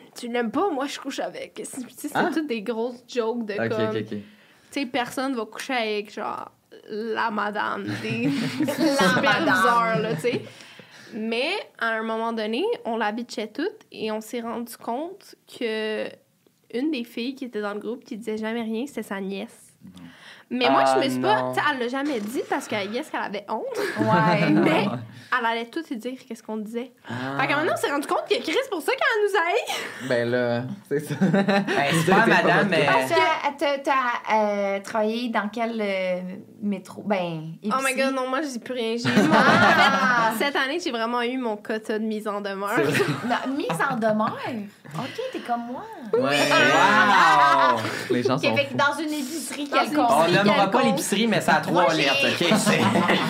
E: tu l'aimes pas, moi, je couche avec. C'est toutes des grosses jokes de comme...
F: OK.
E: Tu sais, personne va coucher avec, genre, la madame des superviseurs, là, tu sais. Mais, à un moment donné, on l'habituait toutes et on s'est rendu compte que une des filles qui était dans le groupe qui disait jamais rien, c'était sa nièce. Mais moi, je me suis pas... Tu sais, elle l'a jamais dit parce qu'elle avait honte.
H: Ouais.
E: Mais elle allait tout lui dire qu'est-ce qu'on disait. Fait qu'à un moment, on s'est rendu compte que Chris, pour ça qu'elle nous aille.
F: Ben là, c'est ça.
G: C'est pas madame, mais...
H: Parce que t'as travaillé dans quel métro? Ben,
E: Oh my God, non, moi, je dis plus rien. En fait, cette année, j'ai vraiment eu mon quota de mise en demeure.
H: Non, mise en demeure? OK, t'es comme moi.
F: Ouais.
G: Wow!
F: Les gens sont
H: Fait que
F: fous.
H: dans une épicerie
E: Dans une
H: quelconque.
G: On nommera pas
E: quelconque.
G: l'épicerie, mais ça a 3
H: Moi,
G: lettres,
H: j'ai-
G: OK? C'est...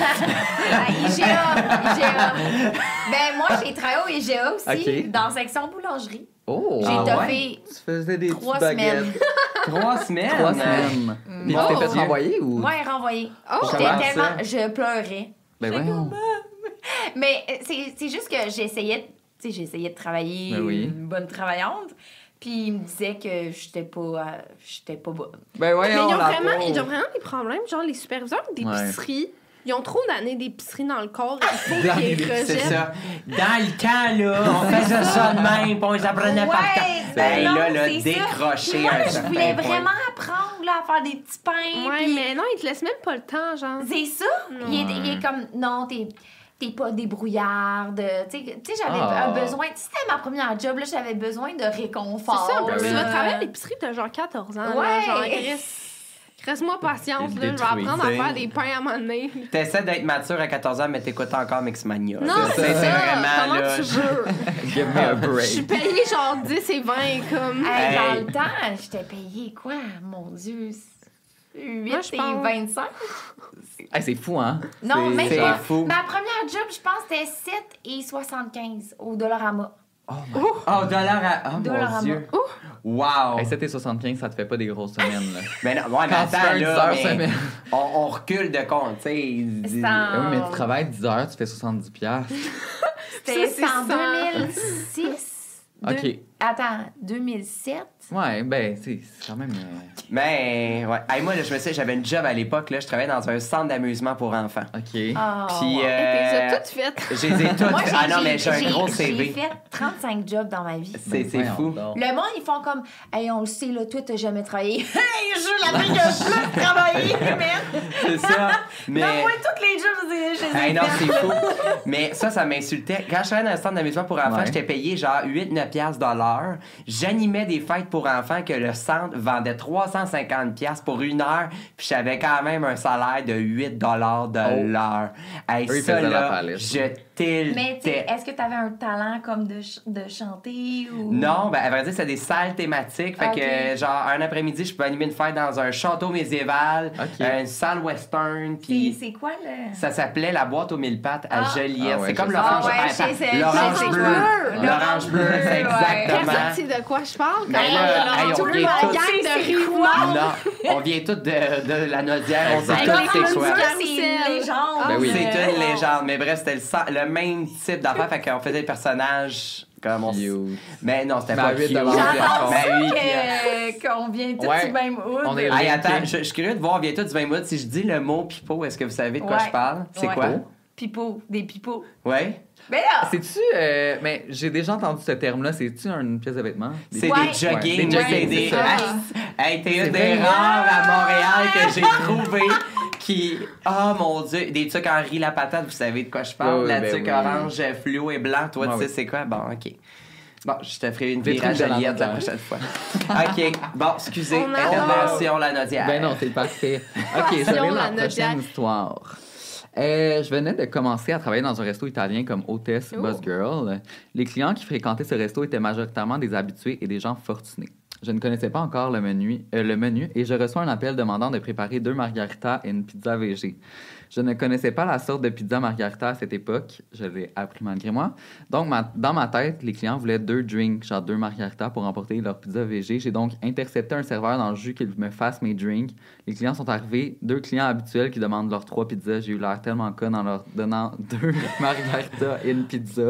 H: IGA. Ben, moi, j'ai travaillé au IGA aussi,
F: OK.
H: dans section boulangerie.
F: Oh!
H: J'ai
G: Ah
H: toffé
F: Tu faisais des
H: 3
F: petites baguettes.
H: semaines.
G: 3 semaines?
F: 3 semaines. Puis tu t'es fait renvoyer ou?
H: Ouais, renvoyé.
E: Oh,
H: J'étais
G: comment
H: tellement...
G: ça?
H: Je pleurais.
F: Ben voyons.
H: Mais c'est juste que j'essayais de travailler
F: Ben oui.
H: une bonne travaillante. Puis il me disait que j'étais pas bonne.
F: Ben
E: Mais
F: voyons,
E: ils ont,
F: la
E: vraiment,
F: pauvre.
E: ils ont vraiment des problèmes. Genre, les superviseurs d'épicerie, ils ont trop d'années d'épicerie dans le corps. Il faut qu'ils
F: D'années
E: les
G: C'est
E: rejettent.
G: ça. Dans le camp, là, on faisait ça de même, puis on les apprenait par cœur.
H: ben non,
G: là,
H: c'est ça.
G: décrocher
H: Puis moi,
G: un
H: je
G: certain
H: voulais
G: point.
H: vraiment apprendre là, à faire des petits pains.
E: Ouais,
H: puis
E: mais non, ils te laissent même pas le temps, genre.
H: c'est ça. Il est comme, non, t'es pas débrouillarde. Tu sais, j'avais un besoin. C'était ma première job, là, j'avais besoin de
E: C'est
H: réconfort.
E: ça,
F: ben
E: tu
F: oui.
E: vas travailler à l'épicerie, t'as genre 14 ans.
H: Ouais.
E: Là, genre, reste-moi patience, là, je vais
F: Détruit,
E: apprendre à
G: t'sais.
E: faire des pains à un moment donné.
G: T'essaies d'être mature à 14 ans, mais t'écoutes encore Mixmania.
E: Non,
G: C'est
E: c'est ça.
G: vraiment,
E: Comment
G: là...
E: tu veux?
F: Give me a
E: Je suis
F: break.
E: payée genre 10 et 20 comme...
H: Hey,
G: Hey.
H: Dans le temps, j'étais payée quoi? Mon Dieu, 8
E: Moi, je
H: et
E: pense-
H: 25?
F: Hey, c'est fou, hein?
H: Non, même
G: c'est
H: pas.
G: fou.
H: Ma première job, je pense, c'était 7 et 75 au Dollarama.
G: Oh, dollar à... Oh,
H: Dollar
G: mon
H: à
G: Dieu. Wow.
F: Hey, 7 et 75, ça te fait pas des grosses semaines, là.
G: Mais non, ouais, mais
F: Quand tu fais
G: attends,
F: un 10
G: là,
F: heures
G: mais
F: semaine.
G: on recule de compte, tu sais.
H: C'est
F: Ben oui, mais
H: en...
F: tu travailles 10 heures, tu fais 70 piastres.
H: C'était
E: Ça, c'est
H: en
E: 100.
H: 2006.
F: OK.
H: Attends, 2007?
F: Ouais, ben, c'est quand même...
G: Mais, ouais. Hey, moi, là, je me sais, j'avais une job à l'époque, là, je travaillais dans un centre d'amusement pour enfants.
F: OK.
G: Puis,
H: Oh.
E: T'es toutes faites.
G: je les ai toutes...
H: Moi,
G: Ah non, mais j'ai un gros
H: J'ai
G: CV.
H: fait 35 jobs dans ma vie.
G: C'est
F: Voyons
G: fou.
F: donc.
H: Le monde, ils font comme, hey, on le sait, là, toi, t'as jamais travaillé. Hey, je suis la fille qui a le plus travaillé, man.
G: C'est ça. Mais...
H: Non, moi, toutes les jobs, je les ai
G: Hey, non,
H: faites.
G: c'est fou. Mais ça m'insultait. Quand je travaillais dans un centre d'amusement pour enfants,
F: Ouais.
G: j'étais payé genre 8-9 piastres de l'heure. J'animais des fêtes pour enfants que le centre vendait 350 piastres pour une heure, puis j'avais quand même un salaire de 8 de l'heure. Hey,
F: Eux, ils
G: ça,
F: faisaient la
G: là,
F: palette.
G: je tiltais.
H: Mais, tu sais, est-ce que t'avais un talent comme de chanter ou...
G: Non, ben à vrai dire, c'est des salles thématiques. Fait
H: Ok.
G: que, genre, un après-midi, je peux animer une fête dans un château médiéval,
F: Ok.
G: une salle western,
H: C'est
G: puis...
H: c'est quoi, le...
G: Ça s'appelait la boîte aux 1000 pattes à
H: Ah.
G: Joliette.
F: Ah ouais,
G: c'est comme
F: je
G: l'orange.
H: sais. Ah ouais,
G: Attends,
H: je sais,
G: l'orange
H: c'est
G: bleu.
H: bleu.
G: L'orange bleu, c'est
H: Ouais.
G: exactement.
E: Personne sait de quoi je parle.
G: Mais là, hey, on vient
E: la
G: tous-
E: gang de
H: C'est
E: Rive-Nord.
G: Non, on vient tous de la Naudière, on sait
F: Exact.
G: tous c'est quoi.
H: C'est une légende.
F: Ben oui.
G: C'est une légende, mais bref, c'était le même type d'affaire, fait qu'on faisait des personnages comme on...
F: Cute.
G: Mais non, c'était
F: Ben,
G: pas
F: 8
G: cute.
F: dollars.
H: J'entends
G: Ben oui.
H: qu'on vient tous
F: Ouais.
H: du même hood.
F: On est
G: Hey,
F: linké.
G: attends, je suis curieux de voir, on vient tous du même mode. Si je dis le mot pipeau, est-ce que vous savez de quoi
H: Ouais.
G: je parle? C'est
H: Ouais.
G: quoi?
H: Pipeau, des pipeaux.
G: Ouais?
H: Ben là,
F: C'est-tu... mais j'ai déjà entendu ce terme-là. C'est-tu une pièce de vêtements?
G: C'est
H: Ouais.
G: des jogging.
F: Ouais, des jogging,
G: des...
F: c'est ça.
G: Hey, t'es
F: C'est
G: une des
F: vrai.
G: rares à Montréal que j'ai trouvé qui... Oh mon Dieu! Des trucs Henri la patate, vous savez de quoi je parle?
F: Ouais,
G: la
F: ben
G: tuque
F: oui.
G: orange, fluo et blanc. Toi,
F: Ouais,
G: tu sais
F: oui.
G: c'est quoi? Bon, OK. Bon, je te ferai une
F: Des
G: virage
F: trucs de la
G: Joliette la
F: Naudière.
G: prochaine fois. OK. Bon, excusez.
E: On adore.
G: Intervention la Naudière.
F: Ben non, c'est parfait. OK, je vais
E: Passion,
F: lire
E: la
F: la prochaine
E: Naudière.
F: histoire. Je venais de commencer à travailler dans un resto italien comme hôtesse
E: Oh.
F: Boss Girl. Les clients qui fréquentaient ce resto étaient majoritairement des habitués et des gens fortunés. Je ne connaissais pas encore le menu et je reçois un appel demandant de préparer 2 margaritas et une pizza végé. Je ne connaissais pas la sorte de pizza margarita à cette époque. Je l'ai appris malgré moi. Donc, dans ma tête, les clients voulaient 2 drinks, genre 2 margaritas pour emporter leur pizza végé. J'ai donc intercepté un serveur dans le jus qu'il me fasse mes drinks. Les clients sont arrivés. 2 clients habituels qui demandent leurs 3 pizzas. J'ai eu l'air tellement con en leur donnant 2 margaritas et une pizza.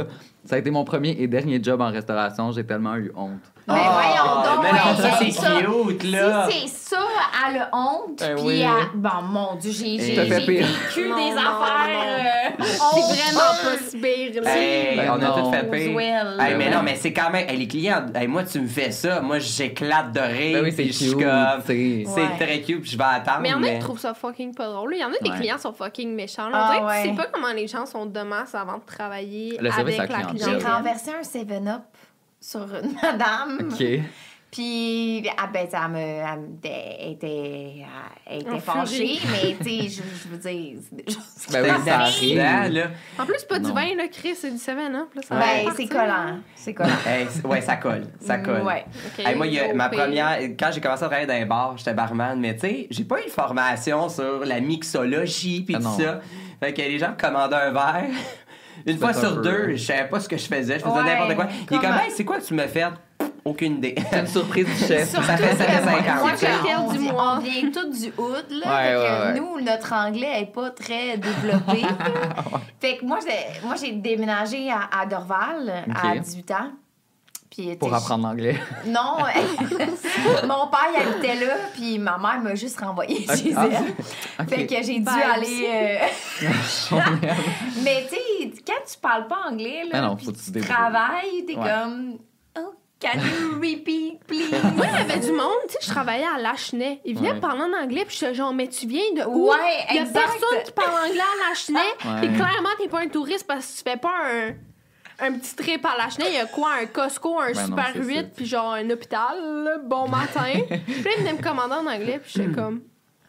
F: Ça a été mon premier et dernier job en restauration. J'ai tellement eu honte.
H: Mais voyons donc.
G: Mais non, ça,
H: hey,
G: c'est cute, là.
H: Si c'est ça, elle a honte,
F: Ben
H: puis
F: oui.
H: bon, mon Dieu, j'ai
F: T'as fait pire.
H: vécu
E: Non,
H: des
E: non,
H: affaires.
E: C'est vraiment pas si pire, là.
G: Hey,
F: Ben
G: on a
F: non.
G: tout fait pire.
H: Roswell.
G: Hey, mais
F: Ben
G: non,
F: ouais.
G: mais c'est quand même... Hey, les clients, hey, moi, tu me fais ça. Moi, j'éclate de rire.
F: Ben oui, c'est
G: puis je suis
F: cute,
G: comme...
F: tu sais.
G: C'est
H: Ouais.
G: très cute, puis je vais attendre.
E: Mais il y en a qui trouvent ça fucking pas drôle. Il y en a des
F: Ouais.
E: clients qui sont fucking méchants. là.
H: Ah,
E: On dirait que
H: ouais.
E: tu sais pas comment les gens sont de masse avant de travailler
F: Le service
E: avec
F: à
E: la
F: clientèle.
H: J'ai
E: clientèle.
H: renversé un 7-Up sur une madame.
F: OK.
H: Puis, elle était fâchée,
E: furie.
H: mais tu sais, je veux dire, c'est des choses qui
F: Ben oui,
H: peuvent
F: ça
H: arriver.
F: arrive.
G: là.
E: En plus, pas du
F: Non.
E: vin, là, Chris, c'est du 7-Up. Là, ça va
H: Ben,
E: partir,
H: c'est collant. C'est collant.
G: Hey, ouais, ça colle. Ça colle.
H: Ouais.
E: Ok,
G: Hey, moi, ma
E: au pire.
G: première... Quand j'ai commencé à travailler dans un bar, j'étais barman, mais tu sais, j'ai pas eu de formation sur la mixologie puis
F: Ah
G: tout
F: non.
G: ça. Fait que les gens me commandaient un verre. Une fois
F: fais un
G: sur
F: peu,
G: deux,
F: hein.
G: je savais pas ce que je faisais. Je faisais
H: Ouais,
G: n'importe quoi. Il est comme,
H: comment?
G: hey, c'est quoi que tu me fais? Aucune idée.
F: C'est une surprise du chef.
H: Surtout
G: Ça fait
H: que
G: 5
H: moi,
G: ans.
H: moi,
E: Cocktail
H: on
E: du
H: vient-
E: mois.
H: on vient tous du hood, là.
F: Ouais,
H: Fait que
F: ouais.
H: nous, notre anglais est pas très développé. Fait que moi, j'ai déménagé à Dorval à
F: Ok.
H: 18 ans. Puis,
F: Pour
H: tu sais,
F: apprendre l'anglais.
H: Non, mon père il habitait là, puis ma mère m'a juste renvoyé chez
F: Ah,
H: elle.
F: OK.
H: Fait que j'ai dû
E: Vibes.
H: aller. Mais tu sais, quand tu parles pas anglais,
F: Mais
H: là,
F: non,
H: puis
F: faut que tu
H: tu
F: te débrouilles.
H: travailles, t'es
F: Ouais.
H: comme. Oh, can you repeat, please?
E: Moi, il y avait du monde, tu sais, je travaillais à Lachenay. Ils venaient
F: Ouais.
E: me parler en anglais, puis j'étais genre, mais tu viens de où?
H: Ouais,
E: Il y a
H: exact.
E: personne qui parle anglais à Lachenay.
F: Ouais.
E: Et clairement, t'es pas un touriste parce que tu fais pas un petit trip à Lachenay. Il y a quoi? Un Costco, un
F: Ben non,
E: Super
F: c'est
E: 8,
F: ça.
E: puis genre un hôpital. Là, bon matin. Puis là, ils venaient me commander en anglais, puis j'étais comme...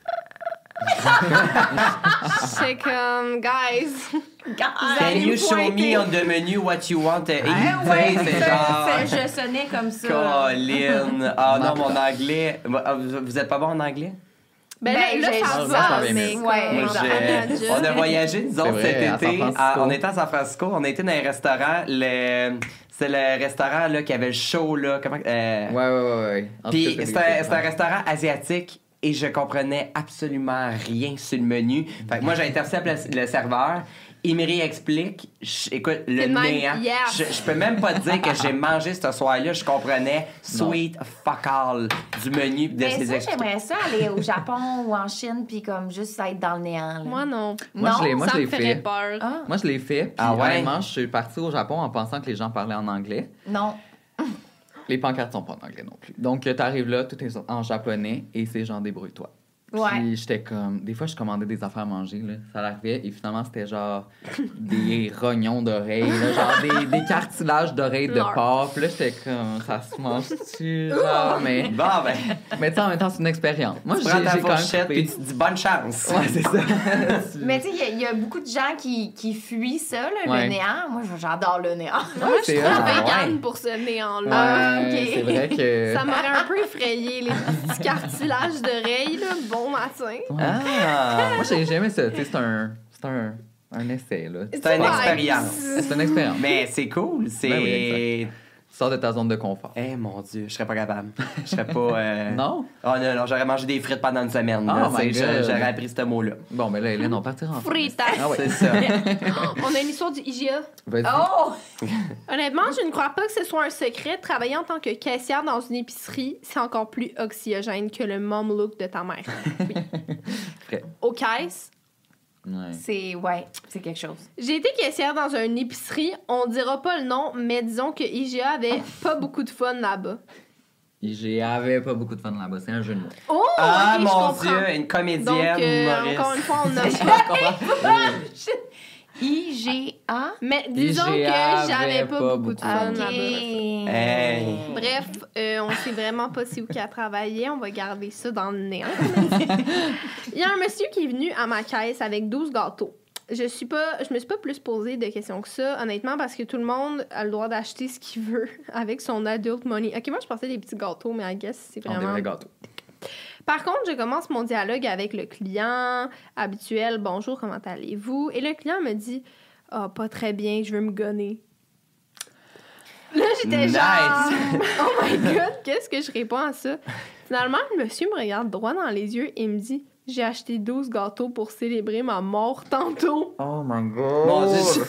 E: J'étais comme, guys...
G: Can you show me on the menu what you want to eat?
H: Ah ouais,
G: C'est genre...
H: je sonnais comme ça.
G: Colin. Ah non, mon anglais. Vous êtes pas bon en anglais?
E: Ben là,
H: Ben,
E: là,
H: j'ai-
E: ça
F: moi,
E: va,
F: ça va
E: mais...
F: mieux.
H: Ouais.
G: Moi, on a voyagé, nous autres,
F: vrai, à
G: cet été.
F: San Francisco.
G: On était à San Francisco. On était dans un restaurant. C'est le restaurant là, qui avait le show. Là, comment,
F: Ouais. En
G: Puis
F: tout cas,
G: c'était un restaurant asiatique et je comprenais absolument rien sur le menu. Fait que moi, j'ai intercepté le serveur. Il me réexplique. Écoute, le
E: C'est de même,
G: néant.
E: yes.
G: Je peux même pas te dire que j'ai mangé ce soir-là. Je comprenais sweet fuck all du menu de
H: Mais
G: ses
H: ça,
G: explications.
H: j'aimerais ça aller au Japon ou en Chine, puis comme juste être dans le néant. Là.
E: Moi, non.
F: Moi, je l'ai-
H: non,
F: moi,
E: ça
F: je
E: me
F: l'ai
E: ferait
F: fait.
E: peur.
H: Ah,
F: Moi, je l'ai fait. Puis,
G: Ah ouais?
F: honnêtement, je suis partie au Japon en pensant que les gens parlaient en anglais.
H: non.
F: Les pancartes sont pas en anglais non plus. Donc, t'arrives là, tout est en japonais et c'est genre débrouille-toi.
H: Ouais.
F: Puis j'étais comme... Des fois, je commandais des affaires à manger, là. Ça arrivait et finalement, c'était genre des rognons d'oreilles, là, genre des cartilages d'oreilles de
E: Lord.
F: porc. Puis là, j'étais comme... Ça se mange-tu, genre? Mais
G: Bon, ben,
F: tu sais, en même temps, c'est une expérience. Moi,
G: tu prends ta
F: j'ai quand même
G: fourchette
F: trippé.
G: et tu te dis bonne chance.
F: Ouais, c'est ça.
H: Mais tu sais, il y a beaucoup de gens qui fuient ça, là,
F: Ouais.
H: le néant. Moi, j'adore le néant.
E: Moi, je suis
F: c'est
E: trop
F: vrai.
E: végane
G: Ouais.
E: pour ce néant-là.
H: Ah,
F: Ouais,
H: ok.
F: c'est vrai que...
E: Ça m'aurait un peu effrayé, les petits cartilages d'oreilles, là. Bon matin.
G: Ah!
F: Moi, j'ai aimé ça. Tu sais, c'est un essai, là.
G: C'est une expérience.
F: C'est une expérience.
G: Mais c'est cool. C'est.
F: Ben oui, Tu sors de ta zone de confort.
G: Eh mon Dieu, je serais pas capable. Je serais pas.
F: Non?
G: Oh non, j'aurais mangé des frites pendant une semaine.
F: Oh
G: là,
F: my
G: tu sais,
F: God.
G: j'aurais appris ce mot-là.
F: Bon, mais là, Hélène, on partira ensemble.
E: Fritas.
F: Ah ouais.
G: C'est ça.
E: On a une histoire du IGA.
F: Vas-y.
H: Oh!
E: Honnêtement, je ne crois pas que ce soit un secret. Travailler en tant que caissière dans une épicerie, c'est encore plus oxygène que le mom look de ta mère. Oui.
F: Vrai.
E: Aux caisses,
F: Ouais.
H: C'est quelque chose.
E: j'ai été caissière dans une épicerie. On dira pas le nom, mais disons que IGA avait pas beaucoup de fun là-bas.
F: J'avais pas beaucoup de fun là-bas. C'est un jeu de mots.
E: Oh,
G: Ah
E: ok, je
G: mon
E: comprends.
G: Dieu, une
E: Donc,
G: comédienne, humoriste.
E: encore une fois, on a pas.
H: IGA.
E: Mais disons
F: IGA
E: que j'avais
F: avait
E: pas beaucoup de fun
H: OK.
E: là-bas.
G: Hey.
E: Bref, on sait vraiment pas si où qu'elle travaillait. On va garder ça dans le néant. Il y a un monsieur qui est venu à ma caisse avec 12 gâteaux. Je me suis pas plus posé de questions que ça, honnêtement, parce que tout le monde a le droit d'acheter ce qu'il veut avec son adult money. OK, moi, je pensais des petits gâteaux, mais I guess c'est
F: On des
E: vraiment...
F: vrais gâteaux.
E: Par contre, je commence mon dialogue avec le client habituel. « Bonjour, comment allez-vous? » Et le client me dit « Ah, pas très bien, je veux me gonner. » Là, j'étais
G: Nice.
E: genre « Oh my God, qu'est-ce que je réponds à ça? » Finalement, le monsieur me regarde droit dans les yeux et me dit « J'ai acheté 12 gâteaux pour célébrer ma mort tantôt.
F: Oh my God!
G: Mon Dieu,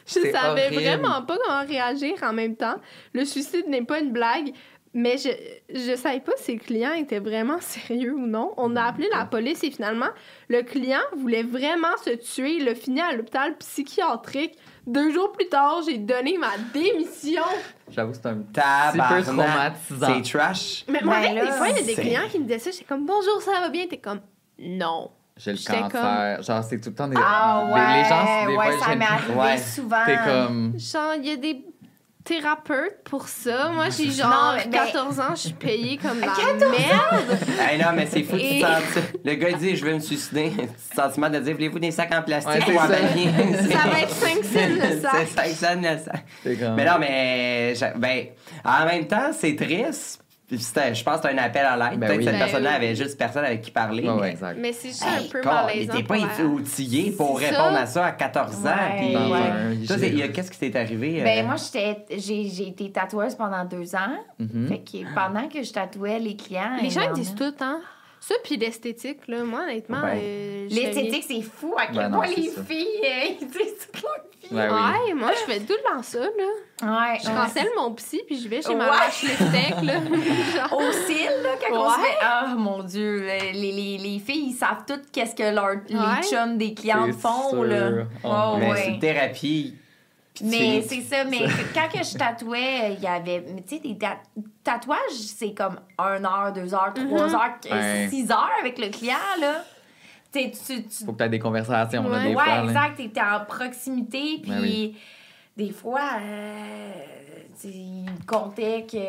E: Je
F: C'est
E: savais
F: horrible.
E: vraiment pas comment réagir en même temps. Le suicide n'est pas une blague, mais je savais pas si le client était vraiment sérieux ou non. On a appelé la police et finalement, le client voulait vraiment se tuer. Il a fini à l'hôpital psychiatrique. 2 jours plus tard, j'ai donné ma démission.
F: J'avoue, c'est un petit peu
G: Tabarnak.
F: traumatisant.
G: C'est trash.
E: Mais moi,
H: Ben là,
E: des fois, il y a des
G: c'est-
E: clients qui me disaient ça. J'étais comme, bonjour, ça va bien? T'es comme, non.
F: J'ai le
E: J'étais
F: cancer. Genre, c'est tout le temps des...
H: Ah ouais,
F: les gens, des
H: ouais,
F: fois,
H: ça m'est arrivé
G: Ouais.
H: souvent.
F: T'es comme...
E: Genre, il y a des thérapeutes pour ça. Moi, j'ai
H: Non,
E: genre
H: mais-
E: 14 ans, je suis payée comme la merde.
G: Hey, non, mais c'est fou,
E: Et-
G: tu te sens... Le gars dit, je veux me suicider. Petit sentiment de dire, voulez-vous des sacs en plastique
F: Ouais, c'est
G: ou en
F: ça.
G: papier?
E: Ça va être 5 cents le sac.
G: C'est 5 cents le sac.
F: T'es comme...
G: Mais non, mais... Ben, en même temps, c'est triste. Puis je pense que c'est un appel à l'aide.
F: Ben
G: Peut-être
F: oui.
G: que cette
E: Ben
G: personne-là
E: oui.
G: avait juste personne avec qui parler.
F: Ouais,
G: mais-
F: ouais, exact.
E: Mais c'est juste
H: Hey,
E: un peu
G: Quand il
E: malaisant.
G: était pas
E: pour la-
G: outillé pour
E: C'est
G: répondre
E: ça.
G: à ça à 14 ans.
H: Ouais,
G: Puis...
F: Dans
H: ouais.
F: un
G: Toi,
F: IGA.
G: qu'est-ce qui t'est arrivé?
H: Ben, moi, j'ai été tatoueuse pendant 2 ans. Fait que pendant que je tatouais les clients...
E: Les gens
H: il y
E: ils
H: en
E: disent
H: a.
E: tout, hein? Ça, puis l'esthétique, là, moi, honnêtement...
G: Ben.
H: L'esthétique, c'est fou à quel
F: Ben non,
H: point
F: c'est
H: les
F: ça.
H: filles, ils disent toutes leurs filles.
F: Ouais, oui.
E: Ouais, moi, je fais tout le temps ça, là.
H: Ouais.
E: Je cancelle mon psy, puis je vais chez ma
H: Ouais.
E: vache lipstick, là. Genre-
H: Au cil, là, quand on se
E: Ouais.
H: fait... Ah, mon Dieu, les filles, ils savent toutes qu'est-ce que les
E: Ouais.
H: chums des clientes
F: C'est
H: font,
F: sûr.
H: là.
F: Oh,
G: Mais
H: ouais.
G: c'est une thérapie. Puis
H: Mais
G: tu-
H: c'est ça, mais quand que je tatouais, il y avait... Mais tu sais, des tatouages, c'est comme 1 heure, 2 heures, 3 heures,
F: Ouais.
H: 6 heures avec le client, là. Tu sais, tu...
F: Faut que t'aies des conversations, là,
E: Ouais.
F: des fois.
H: Ouais,
F: là.
H: exact, t'es en proximité, puis
F: Ben oui.
H: des fois, tu sais, il me contait que...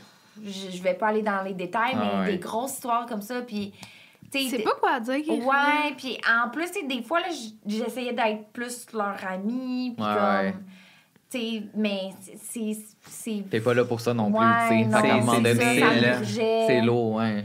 H: Je vais pas aller dans les détails, mais
F: Ah ouais.
H: des grosses histoires comme ça, puis... tu sais,
E: C'est pas quoi dire. Kéfia.
H: Ouais, puis en plus, tu sais, des fois, là, j'essayais d'être plus leur amie, puis
F: Ouais,
H: comme...
F: ouais.
H: Tu sais, mais c'est...
F: T'es pas là pour ça non plus,
H: Ouais,
F: tu sais.
H: non,
F: Fait qu'à un moment
G: c'est
F: donné,
H: ça, ça
G: là,
H: me brûlait.
F: c'est lourd, ouais.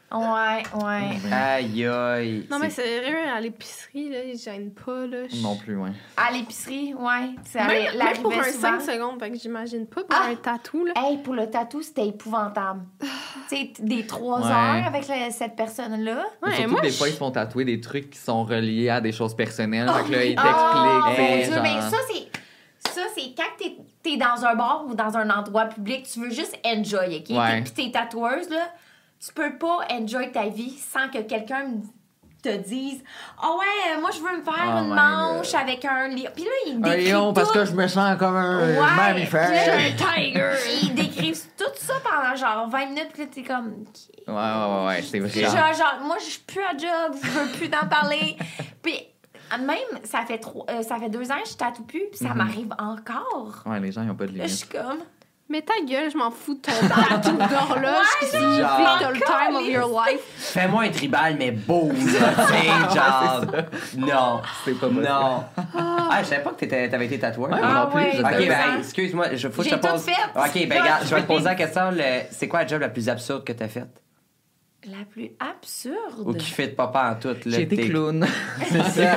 H: Ouais.
G: Aïe, aïe.
E: Non, mais sérieux, à l'épicerie, là, ils gênent pas, là.
F: Non plus, ouais.
H: À l'épicerie, ouais. Ça
E: Même pour un
H: l'arrivait souvent.
E: 5 secondes, fait que j'imagine pas pour
H: Ah!
E: un tatou, là.
H: Hey, pour le tatou, c'était épouvantable. tu sais, des 3
F: Ouais.
H: heures avec cette personne-là.
F: Mais
E: Ouais,
F: surtout
E: moi,
F: que des
E: je-
F: fois, ils se font tatouer des trucs qui sont reliés à des choses personnelles. Fait que là, ils
H: Oh,
F: t'expliquent,
H: mon
F: tu sais,
H: Dieu, mais
F: genre...
H: ça, c'est quand t'es dans un bar ou dans un endroit public, tu veux juste enjoy, OK?
F: Ouais.
H: Puis t'es tatoueuse, là, tu peux pas enjoy ta vie sans que quelqu'un te dise « Ah ouais, moi, je veux me faire
F: Oh
H: une
F: my
H: manche
F: God.
H: avec un lion. » Puis là, il
F: Un
H: décrit
F: lion,
H: tout.
F: parce que je me sens comme un
H: Ouais,
F: mammifère.
H: puis là,
E: un tiger.
H: Ils décrivent tout ça pendant genre 20 minutes, puis là, t'es comme... OK.
F: Ouais, c'est vrai.
H: Genre, moi, je suis plus à job, je veux plus d'en parler. Puis même, ça fait 2 ans que je tatoue plus, puis ça m'arrive encore.
F: Ouais, les gens, ils ont pas de
H: Là, je
F: limite.
H: suis comme...
E: Mais ta gueule, je m'en fous de ton tatou d'horloge qui signifie
G: genre-
E: que t'as le time of your life.
G: Fais-moi un tribal, mais beau, là, tu sais, genre... Non.
F: C'est pas possible.
G: Non. Ah, je savais pas que t'avais été tatoueur.
F: Ouais,
H: Ah
F: moi non plus,
H: ouais.
F: je
G: Ok,
F: savais
G: ben,
F: pas.
G: hey, excuse-moi, faut que je
H: J'ai
G: te
H: tout
G: pose...
H: fait.
G: Ok, ben, regarde, je vais te poser la question, c'est quoi la job la plus absurde que t'as faite?
H: La plus absurde.
G: Ou qui fait de papa en tout, là?
F: J'ai été
G: t'es-
F: clown. C'est ça.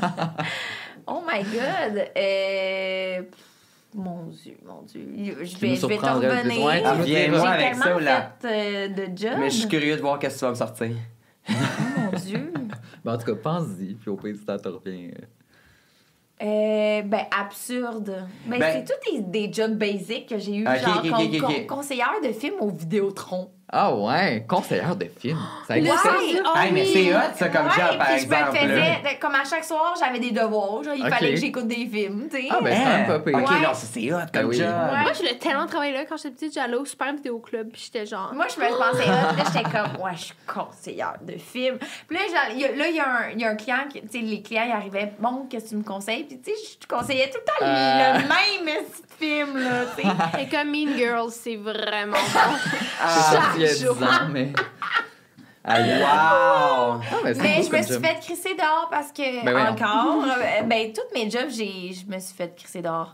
H: Oh my God. Mon Dieu. Je
F: Tu nous
H: vais te
F: surprendrais le plus.
H: revenir.
F: Ouais, tu nous
H: J'ai
G: Viens-moi avec ça,
H: tellement
G: là.
H: fait de job.
G: Mais je suis curieux de voir qu'est-ce que tu vas me sortir.
H: Oh mon Dieu.
F: Ben, en tout cas, pense-y, puis au pire, si t'en reviens.
H: Ben, absurde. Ben,
G: Ben-
H: c'est tous des jobs basiques que j'ai eu,
G: Ok,
H: genre
G: ok.
H: conseillère de film au Vidéotron.
F: Ah ouais, conseillère de film. Ça
E: Le
F: existe.
E: sens-
H: Ah
G: Hey, mais
E: oui.
G: c'est hot, ça, comme job, par
H: puis je me le
G: exemple. là.
H: faisais, comme à chaque soir, j'avais des devoirs. Genre, il
F: Ok.
H: fallait que j'écoute des films, tu sais.
F: Ah, ben, c'est quand même pas pire.
G: Ok,
H: Ouais.
G: non, ça, c'est hot comme
F: oui.
G: job.
H: Ouais.
E: Moi, je voulais tellement travailler là. Quand j'étais petite, j'allais au Super Vidéo Club, puis j'étais genre...
H: Moi, je me pensais là, j'étais comme, ouais, je suis conseillère de film. Puis là, il y a un client, tu sais, les clients, ils arrivaient, bon, qu'est-ce que tu me conseilles? Puis, tu sais, je conseillais tout le temps le même petit film, là, tu sais.
E: Et comme Mean Girls, c'est vraiment bon.
F: C'est sorti il y a
E: chaque
F: 10
E: jour.
F: ans, mais. Aïe, aïe.
G: Wow!
F: Ah, ben, c'est
H: Mais
F: beau
H: je me
F: comme
H: suis
F: job.
H: fait crisser dehors parce que,
F: Ben voyons.
H: encore, ben, tous mes jobs, je me suis fait crisser dehors.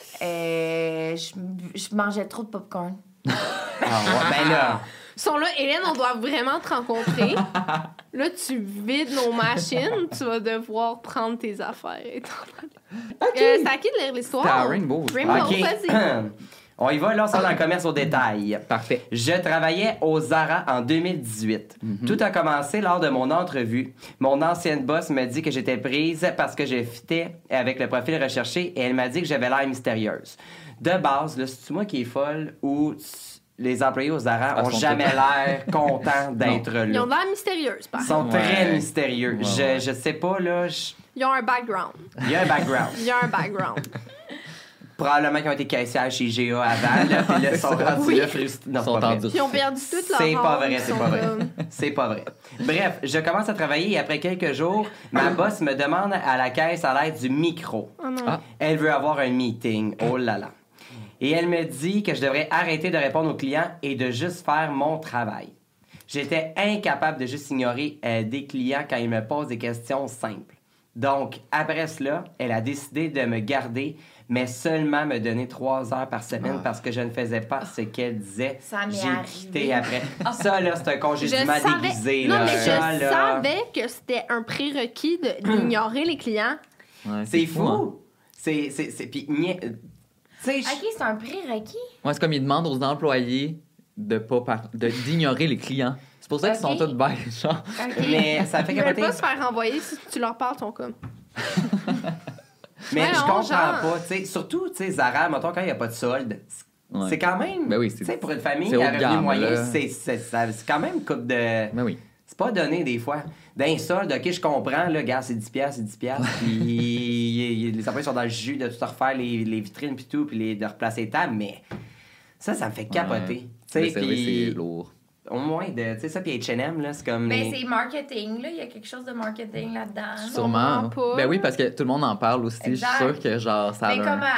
H: Je mangeais trop de popcorn.
G: Ah, ouais, ben là,
E: Ils sont là, Hélène, on doit vraiment te rencontrer. Là, tu vides nos machines, tu vas devoir prendre tes affaires et t'en aller. C'est à qui de lire l'histoire?
F: C'était à Rainbow, je
E: Rainbow,
G: ok.
E: vas-y.
G: On y va, là, on sort dans le commerce au détail.
F: Parfait.
G: Je travaillais au Zara en 2018. Tout a commencé lors de mon entrevue. Mon ancienne boss me dit que j'étais prise parce que je fitais avec le profil recherché et elle m'a dit que j'avais l'air mystérieuse. De base, là, c'est-tu moi qui est folle ou les employés au Zara ont jamais l'air contents d'être là?
E: Ils ont l'air mystérieuses, par
G: Ils sont
E: exemple.
G: très mystérieux.
F: Ouais.
G: Je sais pas, là...
E: Ils ont un background.
G: Il y a un background.
E: Il y a un background.
G: Probablement qu'ils ont été caissières chez GA avant, là, puis là, ils sont rendus là frustrés. Non,
F: Ils sont
G: c'est pas vrai.
F: tendus.
E: Ils ont perdu toute leur
G: C'est pas
E: âme,
G: vrai,
E: ils
G: c'est
E: sont
G: pas vrai.
E: comme-
G: C'est pas vrai. Bref, je commence à travailler et après quelques jours, ma boss me demande à la caisse à l'aide du micro.
E: Oh non.
F: Ah.
G: Elle veut avoir un meeting. Oh là là. Et elle me dit que je devrais arrêter de répondre aux clients et de juste faire mon travail. J'étais incapable de juste ignorer des clients quand ils me posent des questions simples. Donc, après cela, elle a décidé de me garder, mais seulement me donner 3 heures par semaine parce que je ne faisais pas ce qu'elle disait.
H: Ça m'est
G: J'ai
H: arrivé.
G: quitté après. Ça, là, c'est un
E: Je
G: congédiement
E: savais...
G: déguisé.
E: Non,
G: là.
E: mais je
G: Ça, là,
E: savais que c'était un prérequis d'ignorer les clients.
F: Ouais,
G: C'est
F: hein.
G: fou. C'est... Puis, tu sais,
H: OK, c'est un prérequis.
F: Ouais, c'est comme ils demandent aux employés d'ignorer les clients. C'est pour ça qu'ils sont
H: Ok.
F: tous bêtes, genre.
H: OK.
G: mais ça fait
E: Ils veulent
G: capoter.
E: pas se faire renvoyer si tu leur parles, ils sont comme...
G: Mais
E: Ouais,
G: je
E: non,
G: comprends
E: genre.
G: pas. Tu sais, surtout, tu sais, Zara, mettons, quand il n'y a pas de solde,
F: Ouais.
G: c'est quand même...
F: Ben oui,
G: tu sais, pour une famille
F: c'est haut
G: à
F: de
G: revenu
F: gamme,
G: moyen,
F: là.
G: c'est quand même une coupe de...
F: Ben oui.
G: C'est pas donné, des fois. D'un solde, OK, je comprends, là, gars, c'est 10$, c'est 10$. Puis les employés sont dans le jus de tout refaire les vitrines puis tout, puis de replacer les tables, mais ça me fait capoter. Tu
F: Le
G: sais,
F: service,
G: puis
F: c'est lourd.
G: au moins, tu sais, ça, puis H&M, là, c'est comme...
H: Ben,
G: les-
H: c'est marketing, là. Il y a quelque chose de marketing là-dedans.
F: Sûrement.
E: pas.
F: Ben oui, parce que tout le monde en parle aussi.
H: Exact.
F: Je suis sûr que, genre, ça a
H: Mais
F: un-
H: comme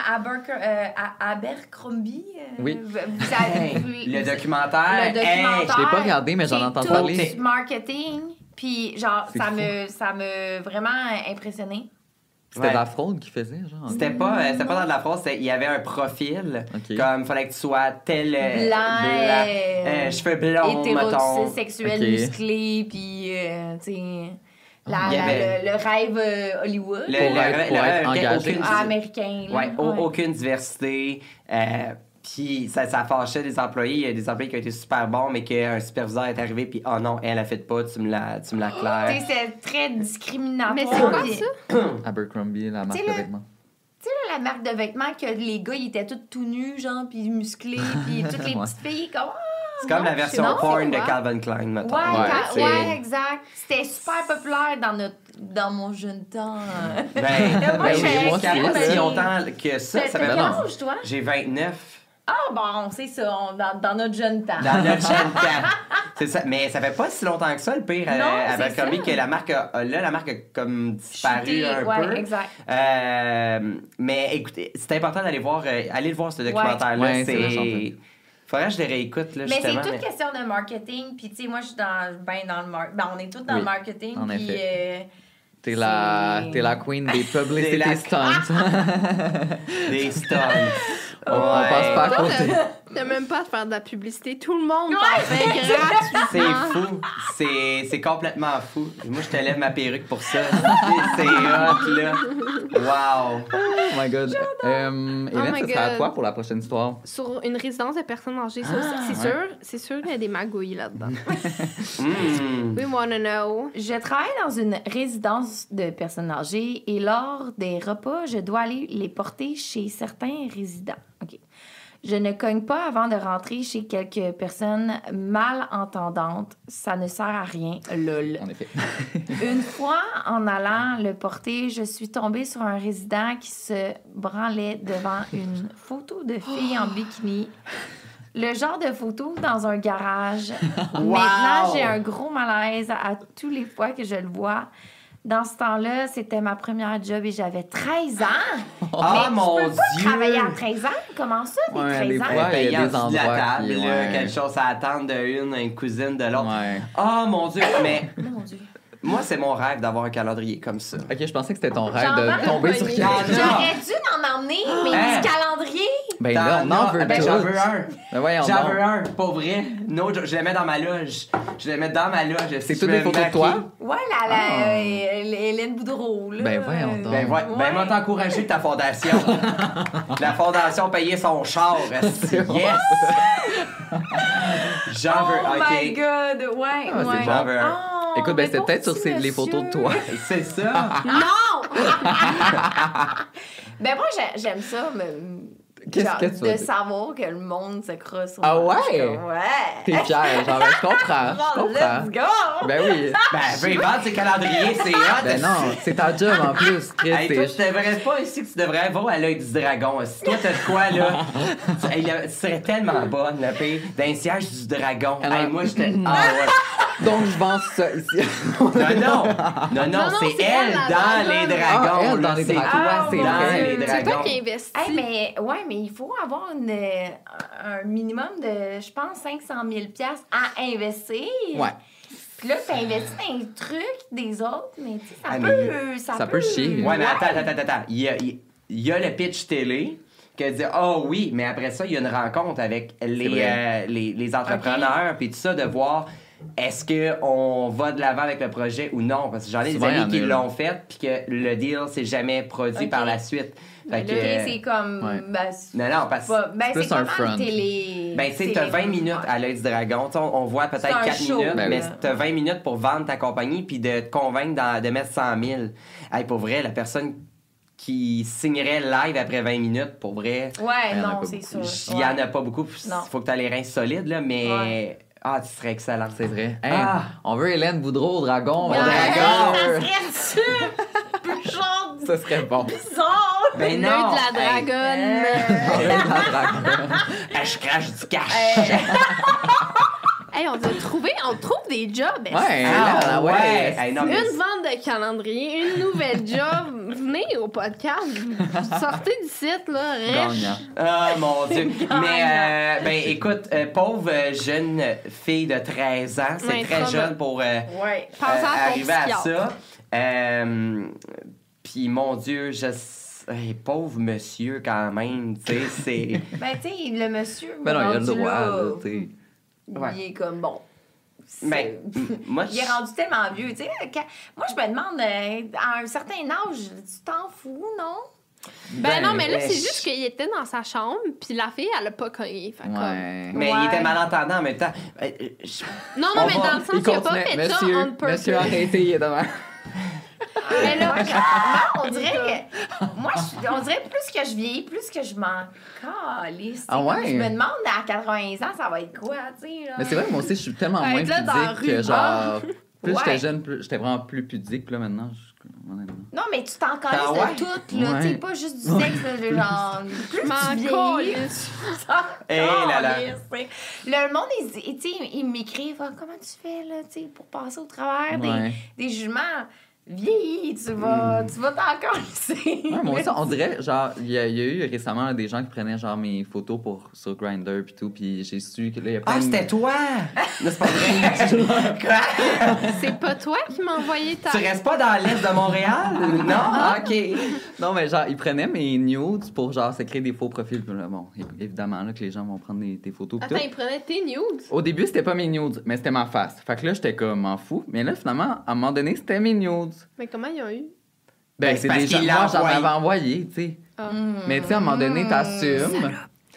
H: à Abercrombie.
F: Oui.
H: Vous avez
G: Hey, le documentaire.
H: Le documentaire.
F: Je l'ai pas regardé, mais j'en ai
H: C'est
F: entendu
H: tout
F: parler.
H: du marketing. Puis, genre,
F: C'est
H: ça
F: fou.
H: me vraiment impressionné.
F: C'était
G: Ouais.
F: de la fraude qu'ils faisaient, genre.
G: C'était pas dans de la phrase, il y avait un profil.
F: Ok.
G: Comme, fallait que tu sois tel.
H: Blanc,
G: cheveux blonds, mettons.
H: hétérosexuel,
F: Ok.
H: musclé, puis, tu sais,
G: Il y avait-
H: le rêve Hollywood.
G: Le-
F: Pour être engagé.
G: aucune-
H: Américain. là.
G: Ouais, aucune diversité. Puis ça fâchait des employés. Il y a des employés qui ont été super bons, mais qu'un superviseur est arrivé, puis oh non, elle a fait pas, tu me la
H: Tu
G: claires.
H: sais, c'est très discriminatoire.
E: Mais c'est quoi
H: Puis,
E: ça?
F: Abercrombie, la marque
H: Tu sais,
F: de
H: le-
F: vêtements.
H: Tu sais, là, la marque de vêtements que les gars, ils étaient tout nus, genre, puis musclés, puis toutes les
F: Ouais.
H: petites filles, comme...
G: C'est comme la version
E: non,
G: porn de
E: c'est
G: Calvin Klein, mettons.
F: c'est-
H: Ouais, exact. C'était super populaire dans mon jeune temps.
G: Ben,
H: Moi,
F: oui,
H: j'avais
F: moi
G: il y a pas
F: aussi.
G: si longtemps que ça.
H: T'as
G: Ça
H: quel
G: fait
F: non.
H: âge, toi?
G: J'ai 29.
H: Ah, bon, c'est ça, dans notre jeune temps.
G: Dans notre jeune temps. C'est ça. Mais ça fait pas si longtemps que ça, le pire,
H: Non,
G: à
H: c'est
G: Abercrombie,
H: ça.
G: que la marque a comme disparu
H: Chuté,
G: un
H: ouais,
G: peu.
H: exact.
G: Mais écoutez, c'est important d'aller voir, allez le voir, ce documentaire-là.
F: Ouais, c'est vrai, j'en fais.
G: Faudrait que je les réécoute, là,
H: Mais c'est
G: justement.
H: toute question de marketing. Puis, tu sais, moi, je suis dans le marketing. Ben, on est tous dans
F: Oui,
H: le marketing.
F: en
H: Puis,
F: T'es la queen des
G: T'es
F: publicity
G: la-
F: stunts.
G: Des stunts.
F: On passe pas à
E: Toi,
F: côté.
E: t'as même pas à te faire de la publicité. Tout le monde t'en fait gratuitement.
G: C'est fou. C'est complètement fou. Et moi, je te lève ma perruque pour ça. C'est hot, là. Wow.
F: Oh my god. Hélène,
E: my
F: ce sera à
E: God.
F: toi pour la prochaine histoire.
E: Sur une résidence de personnes âgées, ça aussi, c'est sûr qu'il y a des magouilles là-dedans.
G: Mm.
E: We wanna know.
H: je travaille dans une résidence de personnes âgées et lors des repas, je dois aller les porter chez certains résidents. OK. Je ne cogne pas avant de rentrer chez quelques personnes malentendantes. Ça ne sert à rien, lol.
F: En effet.
H: Une fois, en allant le porter, je suis tombée sur un résident qui se branlait devant une photo de fille en bikini. Le genre de photo dans un garage. Maintenant, j'ai un gros malaise à tous les fois que je le vois. Dans ce temps-là, c'était ma première job et j'avais 13 ans.
G: Ah,
H: Mais
G: mon
H: tu peux pas
G: Dieu!
H: travailler à 13 ans? Comment ça, des
F: Ouais,
H: 13
F: des
H: ans?
F: fois, il y a
G: Payant
F: des
G: de la
F: endroits
G: table,
F: qui-
G: là,
F: ouais.
G: quelque chose à attendre d'une cousine de l'autre.
F: Ouais.
G: Oh mon Dieu! Mais
H: Mon Dieu.
G: moi, c'est mon rêve d'avoir un calendrier comme ça.
F: Ok, je pensais que c'était ton rêve
H: J'en
F: de
H: parle
F: tomber
E: pas,
F: sur
E: mais-
F: quelqu'un.
G: Ah, non.
H: J'aurais dû en emmener, mais
G: Hein?
H: du calendrier.
F: Ben là, on en veut
G: Ben,
F: tous.
G: j'en veux un.
F: Ben voyons
G: J'en
F: donc.
G: veux un, pas vrai. No, je le mets dans ma loge. Je le mets dans ma loge.
F: C'est
G: Si
F: toutes
G: je
F: des
G: me
F: photos de toi?
G: maquille-
H: Ouais, Hélène Boudreau, là.
F: Ben, voyons donc.
G: Ben, ben, moi, t'encourager ta fondation. La fondation payait son char. Yes! J'en veux.
H: Oh
G: OK.
H: my God, ouais,
F: Ah, c'est
H: ouais.
G: J'en veux un.
H: Oh,
F: Écoute, ben, c'était
H: mais
F: peut-être sur
H: pauvre petit
F: les photos de
H: monsieur.
F: toi.
G: C'est ça.
E: Non!
H: Ben moi, j'aime ça, mais...
F: Qu'est-ce
H: genre,
F: que tu vas
H: de
F: dire?
H: savoir que le monde se crosse sur
F: Ah
H: moi.
F: ouais?
H: Je suis comme, ouais!
F: T'es fière, genre, je comprends, je
H: Genre,
F: comprends.
H: let's go!
F: Ben oui.
G: Ben, peu vendre ses calendriers, c'est hot.
F: Ben non, c'est ta job en plus. Chris,
G: Hey, toi,
F: c'est-
G: je devrais pas ici que tu devrais voir à l'œil du dragon. Si toi, t'as de quoi, là, tu serais tellement bonne, la paix, dans le siège du dragon.
F: Alors-
G: Hey, moi, j'étais... Ah, ouais.
F: Donc, je vends ça ici.
G: Non,
E: Non,
G: c'est
E: c'est
G: elle
E: elle, la
G: dans les
E: dragonne.
G: dragons.
F: Ah, elle dans
G: là,
F: les
G: c'est
F: dragons.
G: toi,
H: Ah,
G: c'est
H: mon
G: dans
H: Dieu.
G: les
E: C'est
G: dragons.
E: toi qui investis.
H: Hey, mais il faut avoir un minimum de, je pense, 500 000 $ à investir.
F: Ouais.
H: Puis là, tu investis dans les trucs des autres, mais tu sais, ça,
G: Ah,
H: peut,
F: ça peut chier.
G: Ouais, mais attends. Il y a le pitch télé qui dit oui, mais après ça, il y a une rencontre avec les entrepreneurs, puis tout ça, de voir est-ce qu'on va de l'avant avec le projet ou non. Parce que j'en ai
F: Souvent,
G: des
F: il y en
G: amis qui
F: a, là.
G: l'ont fait, puis que le deal s'est jamais produit
H: Ok.
G: par la suite. Fait que,
H: Là, c'est comme...
F: Ouais.
H: Ben,
G: non, parce que...
H: ben,
F: c'est plus
H: c'est
F: un
H: comme
F: front.
H: télé...
G: Ben, tu sais, t'as 20 minutes à l'œil du dragon. Tu sais, on voit
H: C'est
G: peut-être
H: un
G: 4
H: show.
G: minutes,
F: Ben
G: mais
F: oui.
G: t'as 20 minutes pour vendre ta compagnie puis de te convaincre de mettre 100 000. Hey, pour vrai, la personne qui signerait live après 20 minutes, pour vrai,
H: Ouais,
F: Il y en a
H: non,
F: pas
H: c'est
F: beaucoup.
H: sûr.
G: il y en a pas beaucoup. Il
H: Non.
G: faut que tu aies les reins solides, là, mais...
H: Ouais.
G: Ah, tu serais excellent.
F: C'est vrai. Hey,
G: Ah.
F: on veut Hélène Boudreau au dragon.
H: Ouais,
F: au dragon.
H: ça serait genre
F: Ça serait bon.
H: bizarre.
G: Ben
E: L'œil
G: non!
E: de la
G: Hey,
E: dragonne.
F: L'œil de la dragon.
G: je crache du cash!
E: Hey, on trouve des jobs.
F: Ouais,
G: Ah,
F: là, ouais.
G: Hey, non, mais-
E: Une vente de calendrier, une nouvelle job. Venez au podcast. Sortez du site, là. Rêche.
F: Gagnant.
G: Ah, mon Dieu. Mais, ben, écoute, pauvre jeune fille de 13 ans, c'est
E: Ouais,
G: très
E: trop
G: jeune pour
H: Ouais.
E: Pense à ton
G: arriver à
E: psychiatre.
G: ça. Puis, mon Dieu, hey, pauvre monsieur, quand même, tu sais, c'est...
H: Ben, tu sais, le monsieur.
F: Ben non, il a le
H: rendu
F: droit,
H: là,
F: là, tu sais.
G: Ouais.
H: Il est comme bon.
G: Ben, moi,
H: Il est rendu tellement vieux, tu sais. Moi, je me demande, à un certain âge, tu t'en fous, non?
E: Ben non, mais là,
G: ben,
E: c'est juste qu'il était dans sa chambre, puis la fille, elle a pas cogné. Fait comme-
F: Ouais.
G: Mais
H: Ouais.
G: il était malentendant en même temps.
E: Non,
G: On
E: non, mais
G: va-
E: dans le sens
F: Il
E: qu'il a pas
F: continuait.
E: fait ça on purpose.
F: Monsieur, arrêtez, il est devant.
E: Mais là,
H: Non, on dirait que... Moi, on dirait plus que je vieillis, plus que je m'en calisse.
F: Ah ouais?
H: Je me demande, à 80 ans, ça va être quoi, tu sais, là?
F: Mais c'est vrai, moi aussi, je suis tellement
E: Être
F: moins
E: là dans la
F: pudique que
E: rue.
F: genre. Plus
H: Ouais.
F: j'étais jeune, plus j'étais vraiment plus pudique. Puis là, maintenant, honnêtement.
H: Non, mais tu t'en calisses
G: Ah ouais?
H: de tout, là.
F: Ouais.
H: Tu sais, pas juste du sexe, là, genre... Plus
E: je m'en
H: tu vieillis,
E: calisse.
G: Eh là là.
H: Le monde, tu sais, ils m'écrivent « Comment tu fais, là, tu sais, pour passer au travers
F: Ouais.
H: des jugements? » Vieillis, tu vas t'en calisser.
F: Ouais, moi aussi, on dirait, genre, il y a eu récemment des gens qui prenaient, genre, mes photos sur Grindr pis tout, puis j'ai su que là, il y a plein
G: Ah,
F: de-
G: c'était toi! Non, c'est pas vrai. Quoi?
E: C'est pas toi qui m'as envoyé ta...
G: Tu restes pas dans l'est de Montréal? Non? Ah, OK.
F: Non, mais genre, ils prenaient mes nudes pour, genre, se créer des faux profils. Puis là, bon, évidemment, là, que les gens vont prendre des photos pis
E: Attends,
F: tout.
E: il prenait tes nudes.
F: Au début, c'était pas mes nudes, mais c'était ma face. Fait que là, j'étais comme, m'en fous. Mais là, finalement, à un moment donné, c'était mes nudes.
E: Mais comment ils ont eu?
F: Ben,
G: Ben,
F: c'est
G: parce
F: des gens,
G: qu'il l'a
F: moi, j'en
G: envoyé.
F: avais envoyé, tu sais.
E: Ah.
F: Mais tu sais, à un moment donné, t'assumes.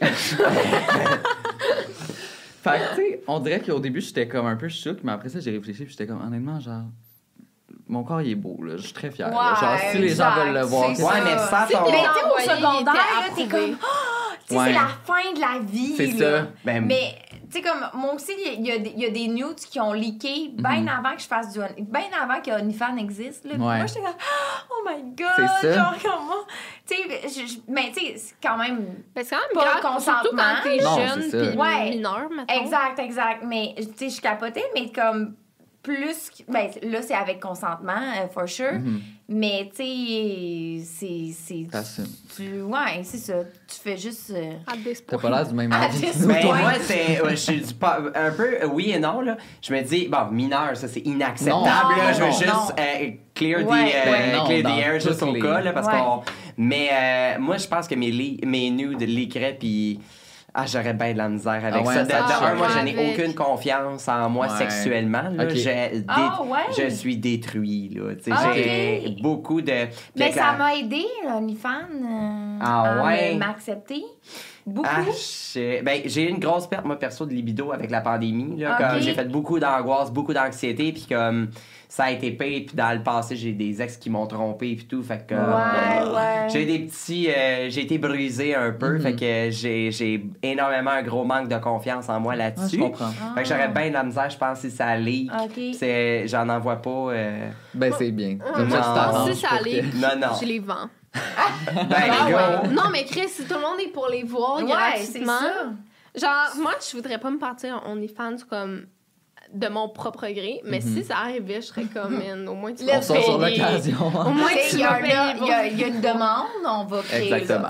F: Fait que, tu sais, on dirait qu'au début, j'étais comme un peu chouk, mais après ça, j'ai réfléchi, puis j'étais comme, honnêtement, genre, mon corps, il est beau, là. Je suis très fière. là.
H: Ouais,
F: Genre, si les gens
H: exact,
F: veulent le voir,
H: c'est
F: c'est
G: Ouais,
H: ça.
G: mais sans
H: Tu sais,
G: ton...
H: mais tu sais, au
E: Envoyé,
H: secondaire, là,
E: il
H: t'es
E: était
H: comme... Ah! Tu sais,
F: Ouais.
H: c'est la fin de la vie,
F: C'est
H: là.
F: ça.
G: Ben,
H: Mais, tu sais, comme, moi aussi, il y a des nudes qui ont leaké bien avant que je fasse du... Bien avant que OnlyFans existe, là. Puis
F: Ouais.
H: moi, j'étais comme... Oh my God!
F: C'est ça.
H: Genre, comment... Tu sais, mais tu sais, c'est quand même...
E: Ben, c'est quand même
H: Pas
E: grave,
H: le
E: surtout
H: consentement.
E: quand t'es
F: Non,
E: jeune
F: c'est ça.
E: pis
H: Ouais.
E: mineur, mettons.
H: Exact. Mais, tu sais, je capotais, mais comme... Plus... Ben, là, c'est avec consentement, for sure. Mais, tu sais, c'est...
F: T'assumes.
H: Ouais, c'est ça. Tu fais juste...
E: À des
F: T'as pas l'air du même
H: Ah,
F: avis.
H: c'est
F: que
H: ça.
F: nous,
G: Ben,
F: toi.
G: moi, je suis un peu oui et non, là. Je me dis, bon, mineur, ça, c'est inacceptable,
F: Non,
G: là. Je veux
F: non,
G: juste
H: non.
G: clear the,
H: Ouais,
F: ouais.
G: clear
F: Non,
G: the
F: dans
G: air juste
F: toutes
G: au
F: les-
G: cas, là, parce
H: Ouais.
G: qu'on... Mais moi, je pense que mes nudes leakeraient, puis... j'aurais bien de la misère avec ça. Moi, je n'ai aucune confiance en moi sexuellement. Là.
F: Okay.
G: Je suis détruit. Là. J'ai beaucoup de...
H: Mais ça m'a aidé, l'OnlyFans, à m'accepter. Beaucoup.
G: J'ai eu une grosse perte, moi, perso, de libido avec la pandémie. Là, comme j'ai fait beaucoup d'angoisse, beaucoup d'anxiété, puis comme... Ça a été pire, puis dans le passé, j'ai des ex qui m'ont trompé, puis tout, fait que... J'ai des petits... j'ai été brisé un peu, fait que j'ai énormément un gros manque de confiance en moi là-dessus.
F: Je comprends.
G: Fait que j'aurais bien de la misère, je pense, si ça leak. J'en envoie pas...
F: Ben, c'est bien.
E: Si ça leak, je les vends. Non, mais Chris, si tout le monde est pour les voir gratuitement... Genre, moi, je voudrais pas me partir en OnlyFans comme... de mon propre gré, mais si ça arrivait, je serais comme, au moins tu vas payer.
F: On sur l'occasion.
E: Au moins tu vas payer.
H: Il y a une demande, on va créer
F: Exactement.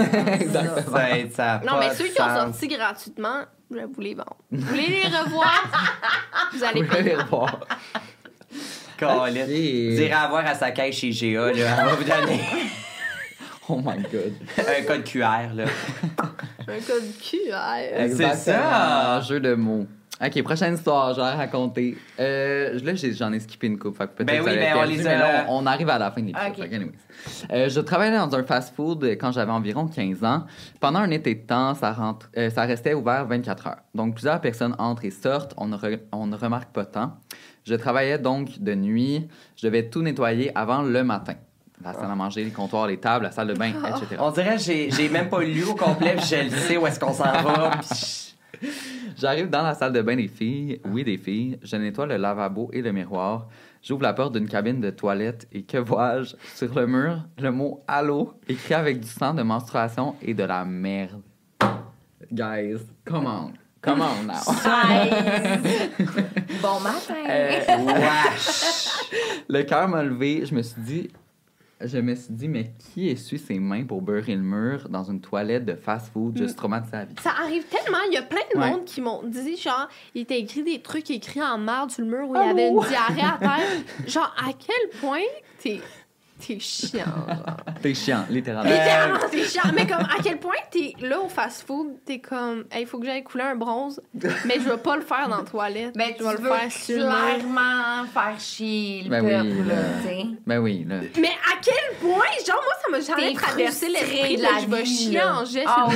G: Ça
E: non, mais ceux qui ont sorti gratuitement, je vous les vends. Vous voulez les revoir? Vous allez payer.
F: les revoir.
G: Colin. Vous irez avoir à sa caisse chez GA, là. Elle va vous donner...
F: Oh my God.
G: Un code QR, là.
E: Un code QR.
G: C'est ça!
F: Un jeu de mots. OK, prochaine histoire, je vais la raconter. Là, j'en ai skippé une coupe. Mais là, on arrive à la fin de l'épisode. Okay. Je travaillais dans un fast-food quand j'avais environ 15 ans. Pendant un été de temps, ça restait ouvert 24 heures. Donc, plusieurs personnes entrent et sortent. On ne remarque pas tant. Je travaillais donc de nuit. Je devais tout nettoyer avant le matin. La salle à manger, les comptoirs, les tables, la salle de bain, etc.
G: On dirait que j'ai même pas lu au complet, puis je le sais où est-ce qu'on s'en va.
F: J'arrive dans la salle de bain des filles. Oui, des filles. Je nettoie le lavabo et le miroir. J'ouvre la porte d'une cabine de toilette et que vois-je? Sur le mur, le mot « Allô » écrit avec du sang de menstruation et de la merde. Guys, come on. Come on now.
H: Bon matin.
G: Wesh.
F: Le cœur m'a levé. Je me suis dit, mais qui essuie ses mains pour beurrer le mur dans une toilette de fast-food juste traumatisé à vie?
E: Ça arrive tellement. Il y a plein de monde qui m'ont dit, genre, il était écrit des trucs écrits en marde sur le mur où il y avait une diarrhée à terre. Genre, à quel point t'es chiant.
F: T'es chiant, littéralement.
E: Littéralement, t'es chiant. Mais comme, à quel point t'es là au fast-food, t'es comme, il faut que j'aille couler un bronze, mais je vais pas le faire dans la toilette.
H: Mais
E: je vais le faire sur le mur.
H: clairement faire chier le peuple, tu sais.
F: Ben oui, là.
E: Mais à quel point? Genre, moi, ça m'a jamais traversé l'esprit de la je vais chier en jet sur le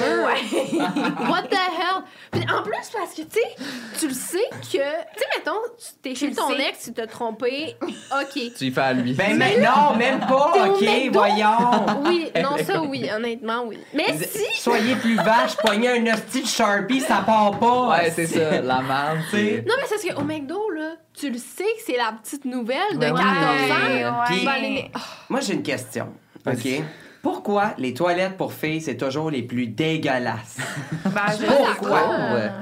E: mur. What the hell? Puis en plus, parce que, tu le sais que... Tu sais, mettons, t'es chez ton ex, tu t'as trompé, OK.
F: Tu y fais à lui.
G: Ben, mais non, même pas, OK, voyons.
E: Oui, non, ça, oui, honnêtement, oui. Mais si...
G: Soyez plus vache, poignez un hostie de Sharpie, ça part pas.
F: Ouais, c'est ça, la merde, c'est...
E: Non, mais c'est parce qu'au McDo, là, tu le sais que c'est la petite nouvelle de 14 ans.
G: Puis, moi, j'ai une question, OK? Pourquoi les toilettes pour filles, c'est toujours les plus dégueulasses? Pourquoi?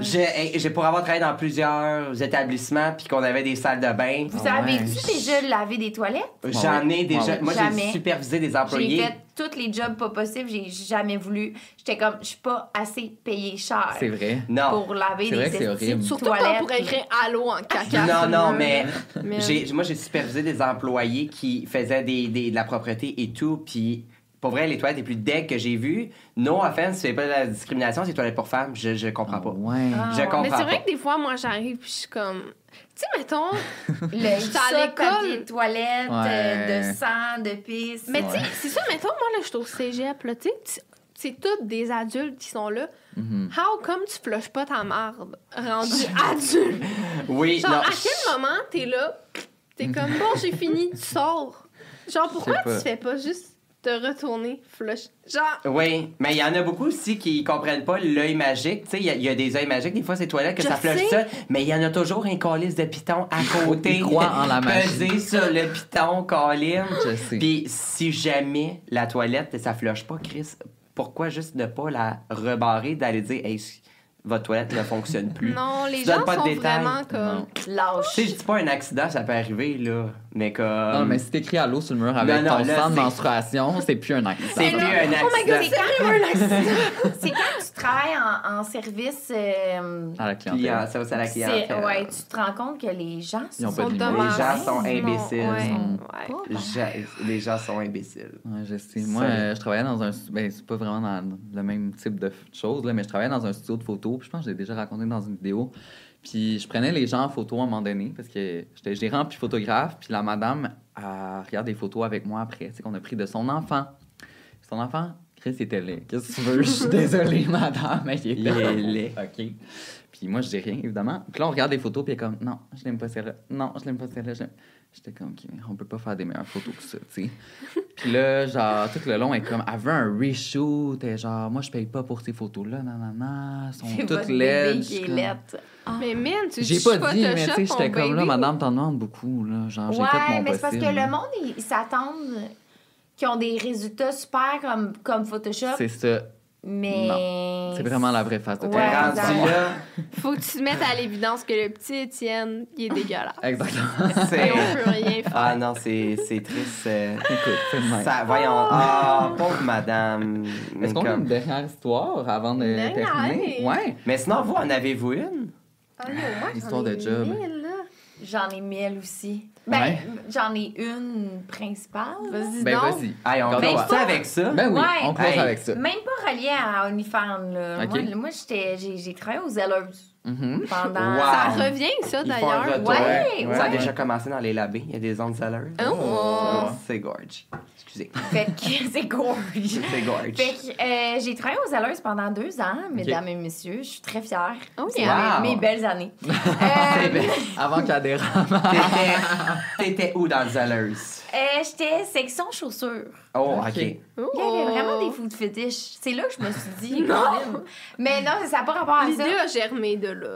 G: J'ai pour avoir travaillé dans plusieurs établissements puis qu'on avait des salles de bain.
H: Vous avez-tu déjà lavé des toilettes?
G: J'en ai déjà. Moi, j'ai supervisé des employés.
H: J'ai fait tous les jobs pas possibles. J'ai jamais voulu. J'étais comme, je suis pas assez payée cher.
F: C'est vrai.
G: Non.
H: Pour laver des
F: toilettes.
E: Surtout quand pour écrire « Allô » en caca.
G: Non, mais moi, j'ai supervisé des employés qui faisaient de la propreté et tout, puis... Pour vrai, les toilettes les plus dégues que j'ai vues, no offense, c'est pas de la discrimination, c'est les toilettes pour femmes, je comprends pas. Je comprends
E: mais c'est vrai
G: pas.
E: que des fois, moi, j'arrive puis je suis comme... Tu sais, mettons,
H: j'étais à l'école, toilette, de sang, de pisse.
E: Mais tu sais, c'est ça, mettons, moi, là, je suis au cégep, là, tu sais, c'est tous des adultes qui sont là. How come tu flushes pas ta marde rendu adulte?
G: Oui,
E: genre,
G: non.
E: à quel moment t'es là, t'es comme, bon, j'ai fini, tu sors. Genre, pourquoi tu fais pas juste te retourner, flush? Genre...
G: Oui, mais il y en a beaucoup aussi qui comprennent pas l'œil magique. Tu sais, il y a des œils magiques, des fois, ces toilettes que ça flush ça, mais il y en a toujours un calice de piton à côté.
F: Ils croient en la magie.
G: Peser sur le piton, Colin.
F: Je sais.
G: Puis si jamais la toilette, ça flush pas, Chris, pourquoi juste ne pas la rebarrer, d'aller dire, hey, votre toilette ne fonctionne plus?
E: Non, les gens sont vraiment comme...
H: Lâche.
G: Tu sais, je dis pas un accident, ça peut arriver, là. Mais comme...
F: Non, mais si t'écris allô sur le mur avec
G: Non,
F: ton
G: là,
F: sang de
G: c'est-
F: menstruation, c'est plus un accident.
G: C'est plus un
H: Oh my God,
G: accident.
H: c'est quand tu travailles en service.
F: À la clientèle.
G: Client, ça aussi à la clientèle.
H: Ouais, tu te rends compte que les gens
F: Ils ont pas
E: sont
F: de
E: dommages.
F: limite.
G: Les gens sont
E: Non,
G: imbéciles.
E: ouais.
G: Les gens sont imbéciles.
F: Ouais, je sais. Moi, je travaillais dans un... Ben, c'est pas vraiment dans le même type de choses, là, mais je travaillais dans un studio de photo. Puis je pense que je l'ai déjà raconté dans une vidéo. Puis je prenais les gens en photo à un moment donné, parce que j'étais gérant puis photographe. Puis la madame, elle regarde des photos avec moi après, qu'on a pris de son enfant. Son enfant, Chris, il était laid. Qu'est-ce que tu veux? Je suis désolée, madame, mais il était
G: laid.
F: OK. Puis moi, je dis rien, évidemment. Puis là, on regarde des photos, puis elle est comme, non, je l'aime pas celle-là. Non, je l'aime pas celle-là. J'étais comme, OK, on peut pas faire des meilleures photos que ça, tu sais. Puis là, genre, tout le long, elle est comme, elle veut un reshoot. Elle est genre, moi, je paye pas pour ces photos-là, nanana. Elles sont
H: c'est
F: toutes
H: votre
F: laides.
H: bébé
F: Je suis
H: qui est
F: comme-
H: laide.
E: Mais man, tu
F: J'ai
E: dis
F: pas dit, mais tu sais,
E: Photoshop
F: j'étais
E: ton
F: comme là,
E: baby.
F: madame, t'en demandes beaucoup, là. Genre, j'ai fait mon
H: mais c'est parce
F: possible.
H: que le
F: là.
H: monde, ils s'attendent qu'ils ont des résultats super comme Photoshop.
F: C'est ça.
H: Mais.
F: C'est vraiment la vraie face de
H: Ouais,
F: ta
G: Rendu
H: exact.
G: là,
E: Faut que tu te mettes à l'évidence que le petit Étienne, il est dégueulasse.
F: Exactement.
E: Et
G: c'est...
E: on peut rien faire.
G: Ah non, c'est triste.
F: Écoute, c'est le même.
G: Ça, voyons. Ah, pauvre madame. Mais,
F: Est-ce qu'on a
G: comme-
F: une dernière histoire avant de
E: Dernière?
F: terminer? Ouais.
G: Mais sinon, vous, en avez-vous une?
E: Ah non, moi,
F: Histoire
E: j'en ai
F: de job.
E: 1000, là.
H: J'en ai 1000 aussi. Ben,
F: Ouais.
H: j'en ai une principale.
E: Vas-y
F: Ben,
E: donc.
F: vas-y.
G: Hey, on
F: Garde-toi.
G: close ça avec ça?
F: Ben oui,
H: Ouais.
F: on close
G: Hey.
F: avec ça.
H: Même pas relié à OnlyFans, là.
F: Ok.
H: Moi j'ai travaillé aux Zellers
F: Mhm.
H: pendant...
G: Wow.
E: Ça revient, ça,
G: Ils font un
E: d'ailleurs.
G: retour.
H: Ouais,
G: Ça a
H: ouais.
G: déjà commencé dans les labés. Il y a des ondes salaires.
E: Oh.
G: C'est gorge. Excusez.
H: Fait que c'est gorge.
G: C'est gorge.
H: Fait que j'ai travaillé aux Zellers pendant 2 ans, mesdames et messieurs. Je suis très fière.
E: Oh,
H: C'est
G: yeah.
H: mes belles années.
G: C'est bien.
F: Avant qu'il y ait des rames.
G: T'étais où dans le Zellers?
H: J'étais section chaussures.
G: Oh,
F: Ok.
G: OK.
H: Il y avait vraiment des food fetish. C'est là que je me suis dit...
E: Non.
H: Colin. Mais non, ça n'a pas rapport à ça.
E: L'idée a germé de là.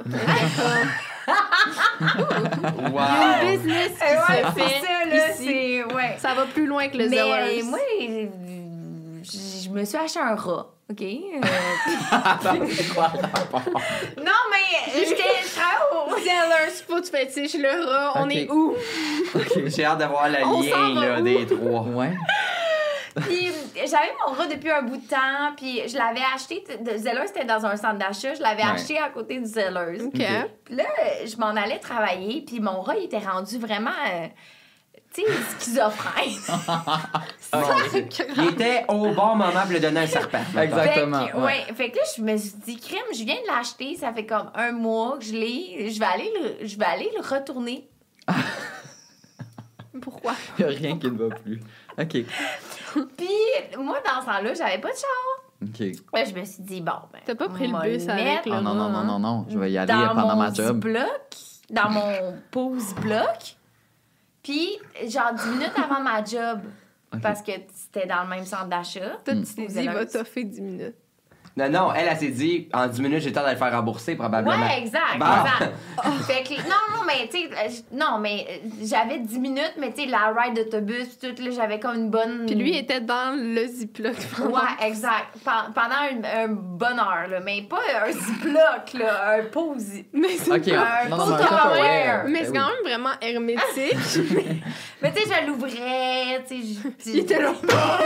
G: Wow.
E: Il y a une business qui
H: Ouais,
E: se
H: c'est
E: fait
H: ça, là.
E: ici.
H: C'est... Ouais.
E: Ça va plus loin que le
H: Mais
E: Zellers.
H: moi, je me suis acheté un rat, OK?
F: C'est quoi le rapport?
H: Non, mais je travaille au...
E: Zellers, foot fétiche, le rat, on
F: Ok.
E: est où?
G: J'ai hâte de voir le
E: On s'en
G: lien
E: va
G: là,
E: où?
G: des trois.
F: Ouais.
H: Puis j'avais mon rat depuis un bout de temps, puis je l'avais acheté... Zellers, c'était dans un centre d'achat. Je l'avais
F: Ouais.
H: acheté à côté du Zellers.
E: OK.
H: Puis là, je m'en allais travailler, puis mon rat, il était rendu vraiment... tu sais, schizophrène.
G: Il était au bon moment pour lui donner un serpent. mettons.
F: Exactement.
H: Fait que, ouais. Fait que là, je me suis dit, crème, je viens de l'acheter, ça fait comme 1 mois que je l'ai. Je vais aller le retourner.
E: Pourquoi?
F: Il n'y a rien qui ne va plus. OK.
H: Puis, moi, dans ce temps-là, j'avais pas de char.
F: OK.
H: Là, je me suis dit, bon, ben.
E: T'as pas pris
H: on
E: le
H: va
E: bus avec
H: mettre
E: le
F: Oh non, non,
E: rat,
F: non,
E: hein?
F: non, non. Je vais y aller
H: dans
F: pendant
H: mon
F: ma job.
H: bloc, dans mon pause bloc. Puis, genre 10 minutes avant ma job,
F: Ok.
H: parce que c'était dans le même centre d'achat.
E: Toi, tu t'es
H: Aux
E: dit, il va
H: Zellers.
E: toffer 10 minutes.
G: Non, elle s'est dit, en 10 minutes, j'ai le temps de le faire rembourser, probablement.
H: Ouais, exact,
G: Bon.
H: exact. Fait que, non, mais tu sais, non, mais j'avais 10 minutes, mais tu sais, la ride d'autobus, tout, là, j'avais comme une bonne...
E: Puis lui, il était dans le Ziploc.
H: Ouais, exact. Pendant une bonne heure, là, mais pas un ziploc, là, un pause.
E: Mais c'est
F: OK.
H: Un
F: Non,
H: pot
F: non, un
H: Tupperware.
F: Tupperware.
E: Mais
F: Ben
E: c'est
F: oui.
E: quand même vraiment hermétique.
H: Mais tu sais, je l'ouvrais, tu sais,
E: Il était là.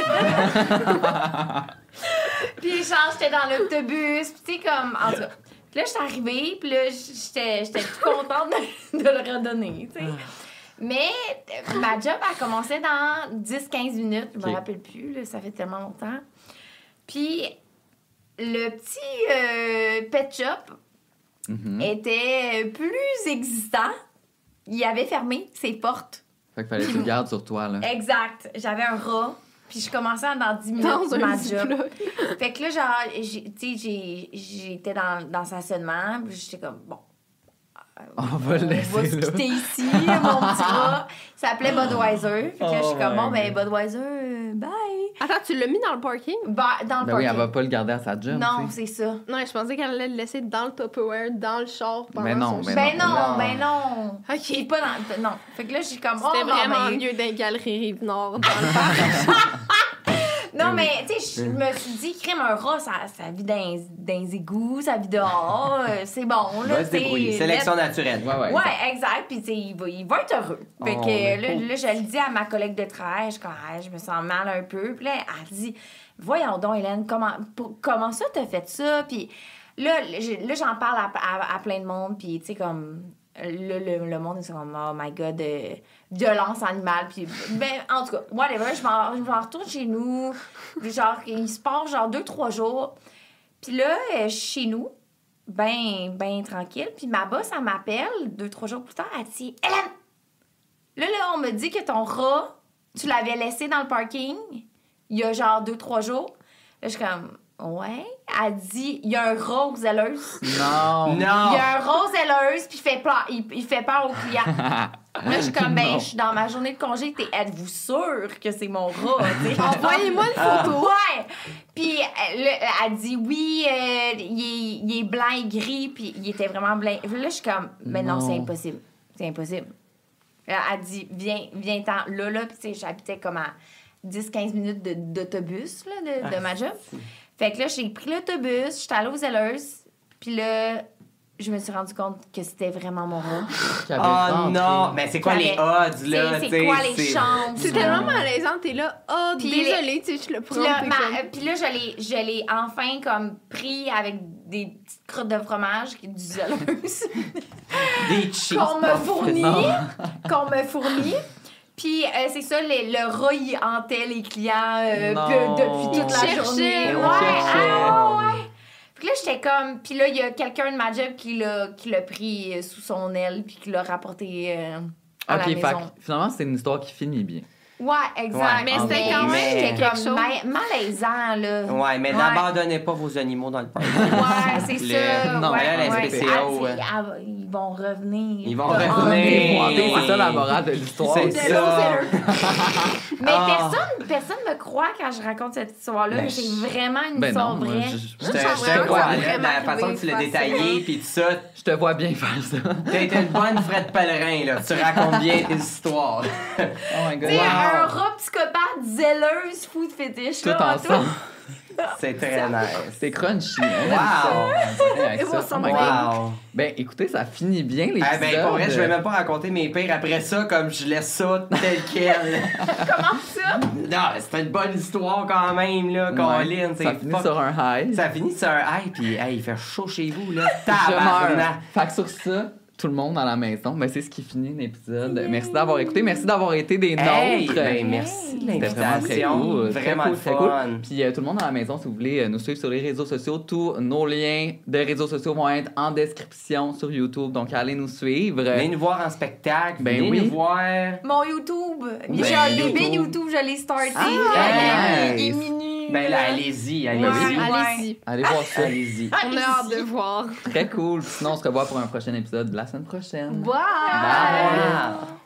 H: Puis genre, j'étais dans l'autobus, puis tu sais, comme, en tout cas. Puis là, j'étais arrivée, puis là, j'étais toute contente de le redonner, tu sais. Mais ma job, elle commençait dans 10-15 minutes. Je me
F: Ok.
H: rappelle plus, là, ça fait tellement longtemps. Puis le petit pet shop
F: Mhm.
H: était plus existant. Il avait fermé ses portes.
F: Fait qu'il fallait que tu le gardes sur toi, là.
H: Exact. J'avais un rat. Puis je commençais dans 10 minutes
E: Dans un
H: ma job.
E: Ziploc.
H: Fait que là, genre, tu sais, j'étais dans le stationnement. Puis j'étais comme, bon.
F: On va le
H: On va
F: laisser
H: se
F: là.
H: quitter ici, mon petit rat. Ça s'appelait Budweiser. Fait que là, je suis
F: Oh
H: comme, bon,
F: my
H: ben, Budweiser, bye.
E: Attends, tu l'as mis dans le parking?
H: Dans le
F: Ben oui,
H: parking.
F: elle va pas le garder à sa job.
H: Non,
F: tu sais.
H: c'est ça.
E: Non, je pensais qu'elle allait le laisser dans le Tupperware, dans le char pendant
F: Mais non,
E: son
F: mais
H: Ben
F: non.
H: non, ben non.
E: OK.
H: C'est pas dans. Non. Fait que là, j'ai comme.
E: C'était
H: oh, bon,
E: vraiment
H: ben,
E: mieux dans les galeries Rive-Nord, dans le parc.
H: Non, mais, tu sais, je me suis dit, crème, un rat, ça vit dans les égouts, ça vit dehors, c'est bon, là,
G: Va se débrouiller. Sélection naturelle.
H: Ouais, exact. Puis, tu sais, il va être heureux. Fait que là, je le dis à ma collègue de travail. Je me sens mal un peu. Puis là, elle dit, voyons donc, Hélène, comment ça t'as fait ça? Puis là, j'en parle à plein de monde. Puis, tu sais, comme, le monde est comme, oh my God, violence animale. Puis, ben, en tout cas, whatever, je m'en retourne chez nous. Genre, il se passe, genre, 2-3 jours. Puis là, chez nous, ben tranquille. Puis ma boss, elle m'appelle 2-3 jours plus tard. Elle dit, Hélène, là, on me dit que ton rat, tu l'avais laissé dans le parking il y a genre 2-3 jours. Là, je suis comme, ouais. Elle dit, il y a un rat aux zèleuses.
F: Non.
H: Il y a un rat aux zèleuses, puis il fait peur aux clients. Là, je suis comme, je suis dans ma journée de congé. Êtes-vous sûr que c'est mon rat?
E: Envoyez-moi une photo.
H: Ouais. Puis elle dit, oui, il est blanc et gris, puis il était vraiment blanc. Là, je suis comme, mais non, c'est impossible. C'est impossible. Là, elle dit, viens-t'en là. Puis, tu sais, j'habitais comme à 10-15 minutes d'autobus là, de ma job. Fait que là, j'ai pris l'autobus, j'étais allée aux Zellers, puis là, je me suis rendu compte que c'était vraiment mon rat.
G: Oh non! Mais c'est quoi les odds, là?
H: C'est quoi les chances?
E: C'est tellement malaisant, t'es là, désolée, tu sais, je le prends.
H: Puis là, je l'ai enfin comme pris avec des petites crottes de fromage, du Zellers.
G: Des cheese
H: qu'on me fournit. Puis c'est ça, le rat, il hantait les clients depuis toute la journée. Ouais. Puis là, j'étais comme... Puis là, il y a quelqu'un de ma job qui l'a pris sous son aile puis qui l'a rapporté à la maison.
F: Finalement, c'est une histoire qui finit bien.
H: Ouais, exact.
E: Ouais, mais c'était quand même
H: j'étais
E: quelque
H: comme
E: chose.
H: Malaisant, là.
G: Ouais, mais n'abandonnez pas vos animaux dans le parc.
H: Ouais, c'est ça.
F: Non,
H: ouais,
G: la SPCA,
H: ils vont revenir.
G: Ils vont revenir.
F: C'est ça la morale de l'histoire.
G: C'est ça.
H: Mais personne me croit quand je raconte cette histoire-là.
G: Ben,
H: c'est vraiment une histoire vraie.
G: Je te vois, la façon que tu l'as détaillé, puis tout ça.
F: Je te vois bien faire ça.
G: T'as été une bonne Fred Pellerin, là. Tu racontes bien tes histoires.
F: Oh my God.
H: Un rat psychopathe, zèleuse, food fétiche.
F: Tout
H: là,
F: ensemble.
G: C'est très nice.
F: C'est crunchy.
G: Wow.
F: Ben, écoutez, ça finit bien l'épisode.
G: Ben, pour vrai, je vais même pas raconter mes pires après ça, comme je laisse ça tel quel.
H: Comment ça?
G: Non, c'était une bonne histoire quand même, là, Colin.
F: Ça finit sur un high.
G: Ça finit sur un high, puis il fait chaud chez vous, là.
F: Je meurs.
G: Tabarnak.
F: Fait que sur ça, tout le monde à la maison, ben c'est ce qui finit l'épisode. Merci d'avoir écouté, merci d'avoir été des nôtres.
G: Ben, merci de
F: C'était vraiment très
G: l'invitation.
F: cool.
G: Vraiment
F: très
G: fun.
F: cool. Puis tout le monde à la maison, si vous voulez nous suivre sur les réseaux sociaux, tous nos liens de réseaux sociaux vont être en description sur YouTube. Donc allez nous suivre.
G: Venez nous voir en spectacle.
F: Ben
G: venez
F: oui.
G: nous voir.
H: Mon YouTube. J'ai un bébé YouTube, je l'ai starté. Il est minuit.
G: Ben là, allez-y.
E: Allez-y.
F: Allez voir ça.
G: Allez-y.
E: On a hâte de voir.
F: Très cool. Sinon, on se revoit pour un prochain épisode la semaine prochaine.
H: Bye!
G: Bye.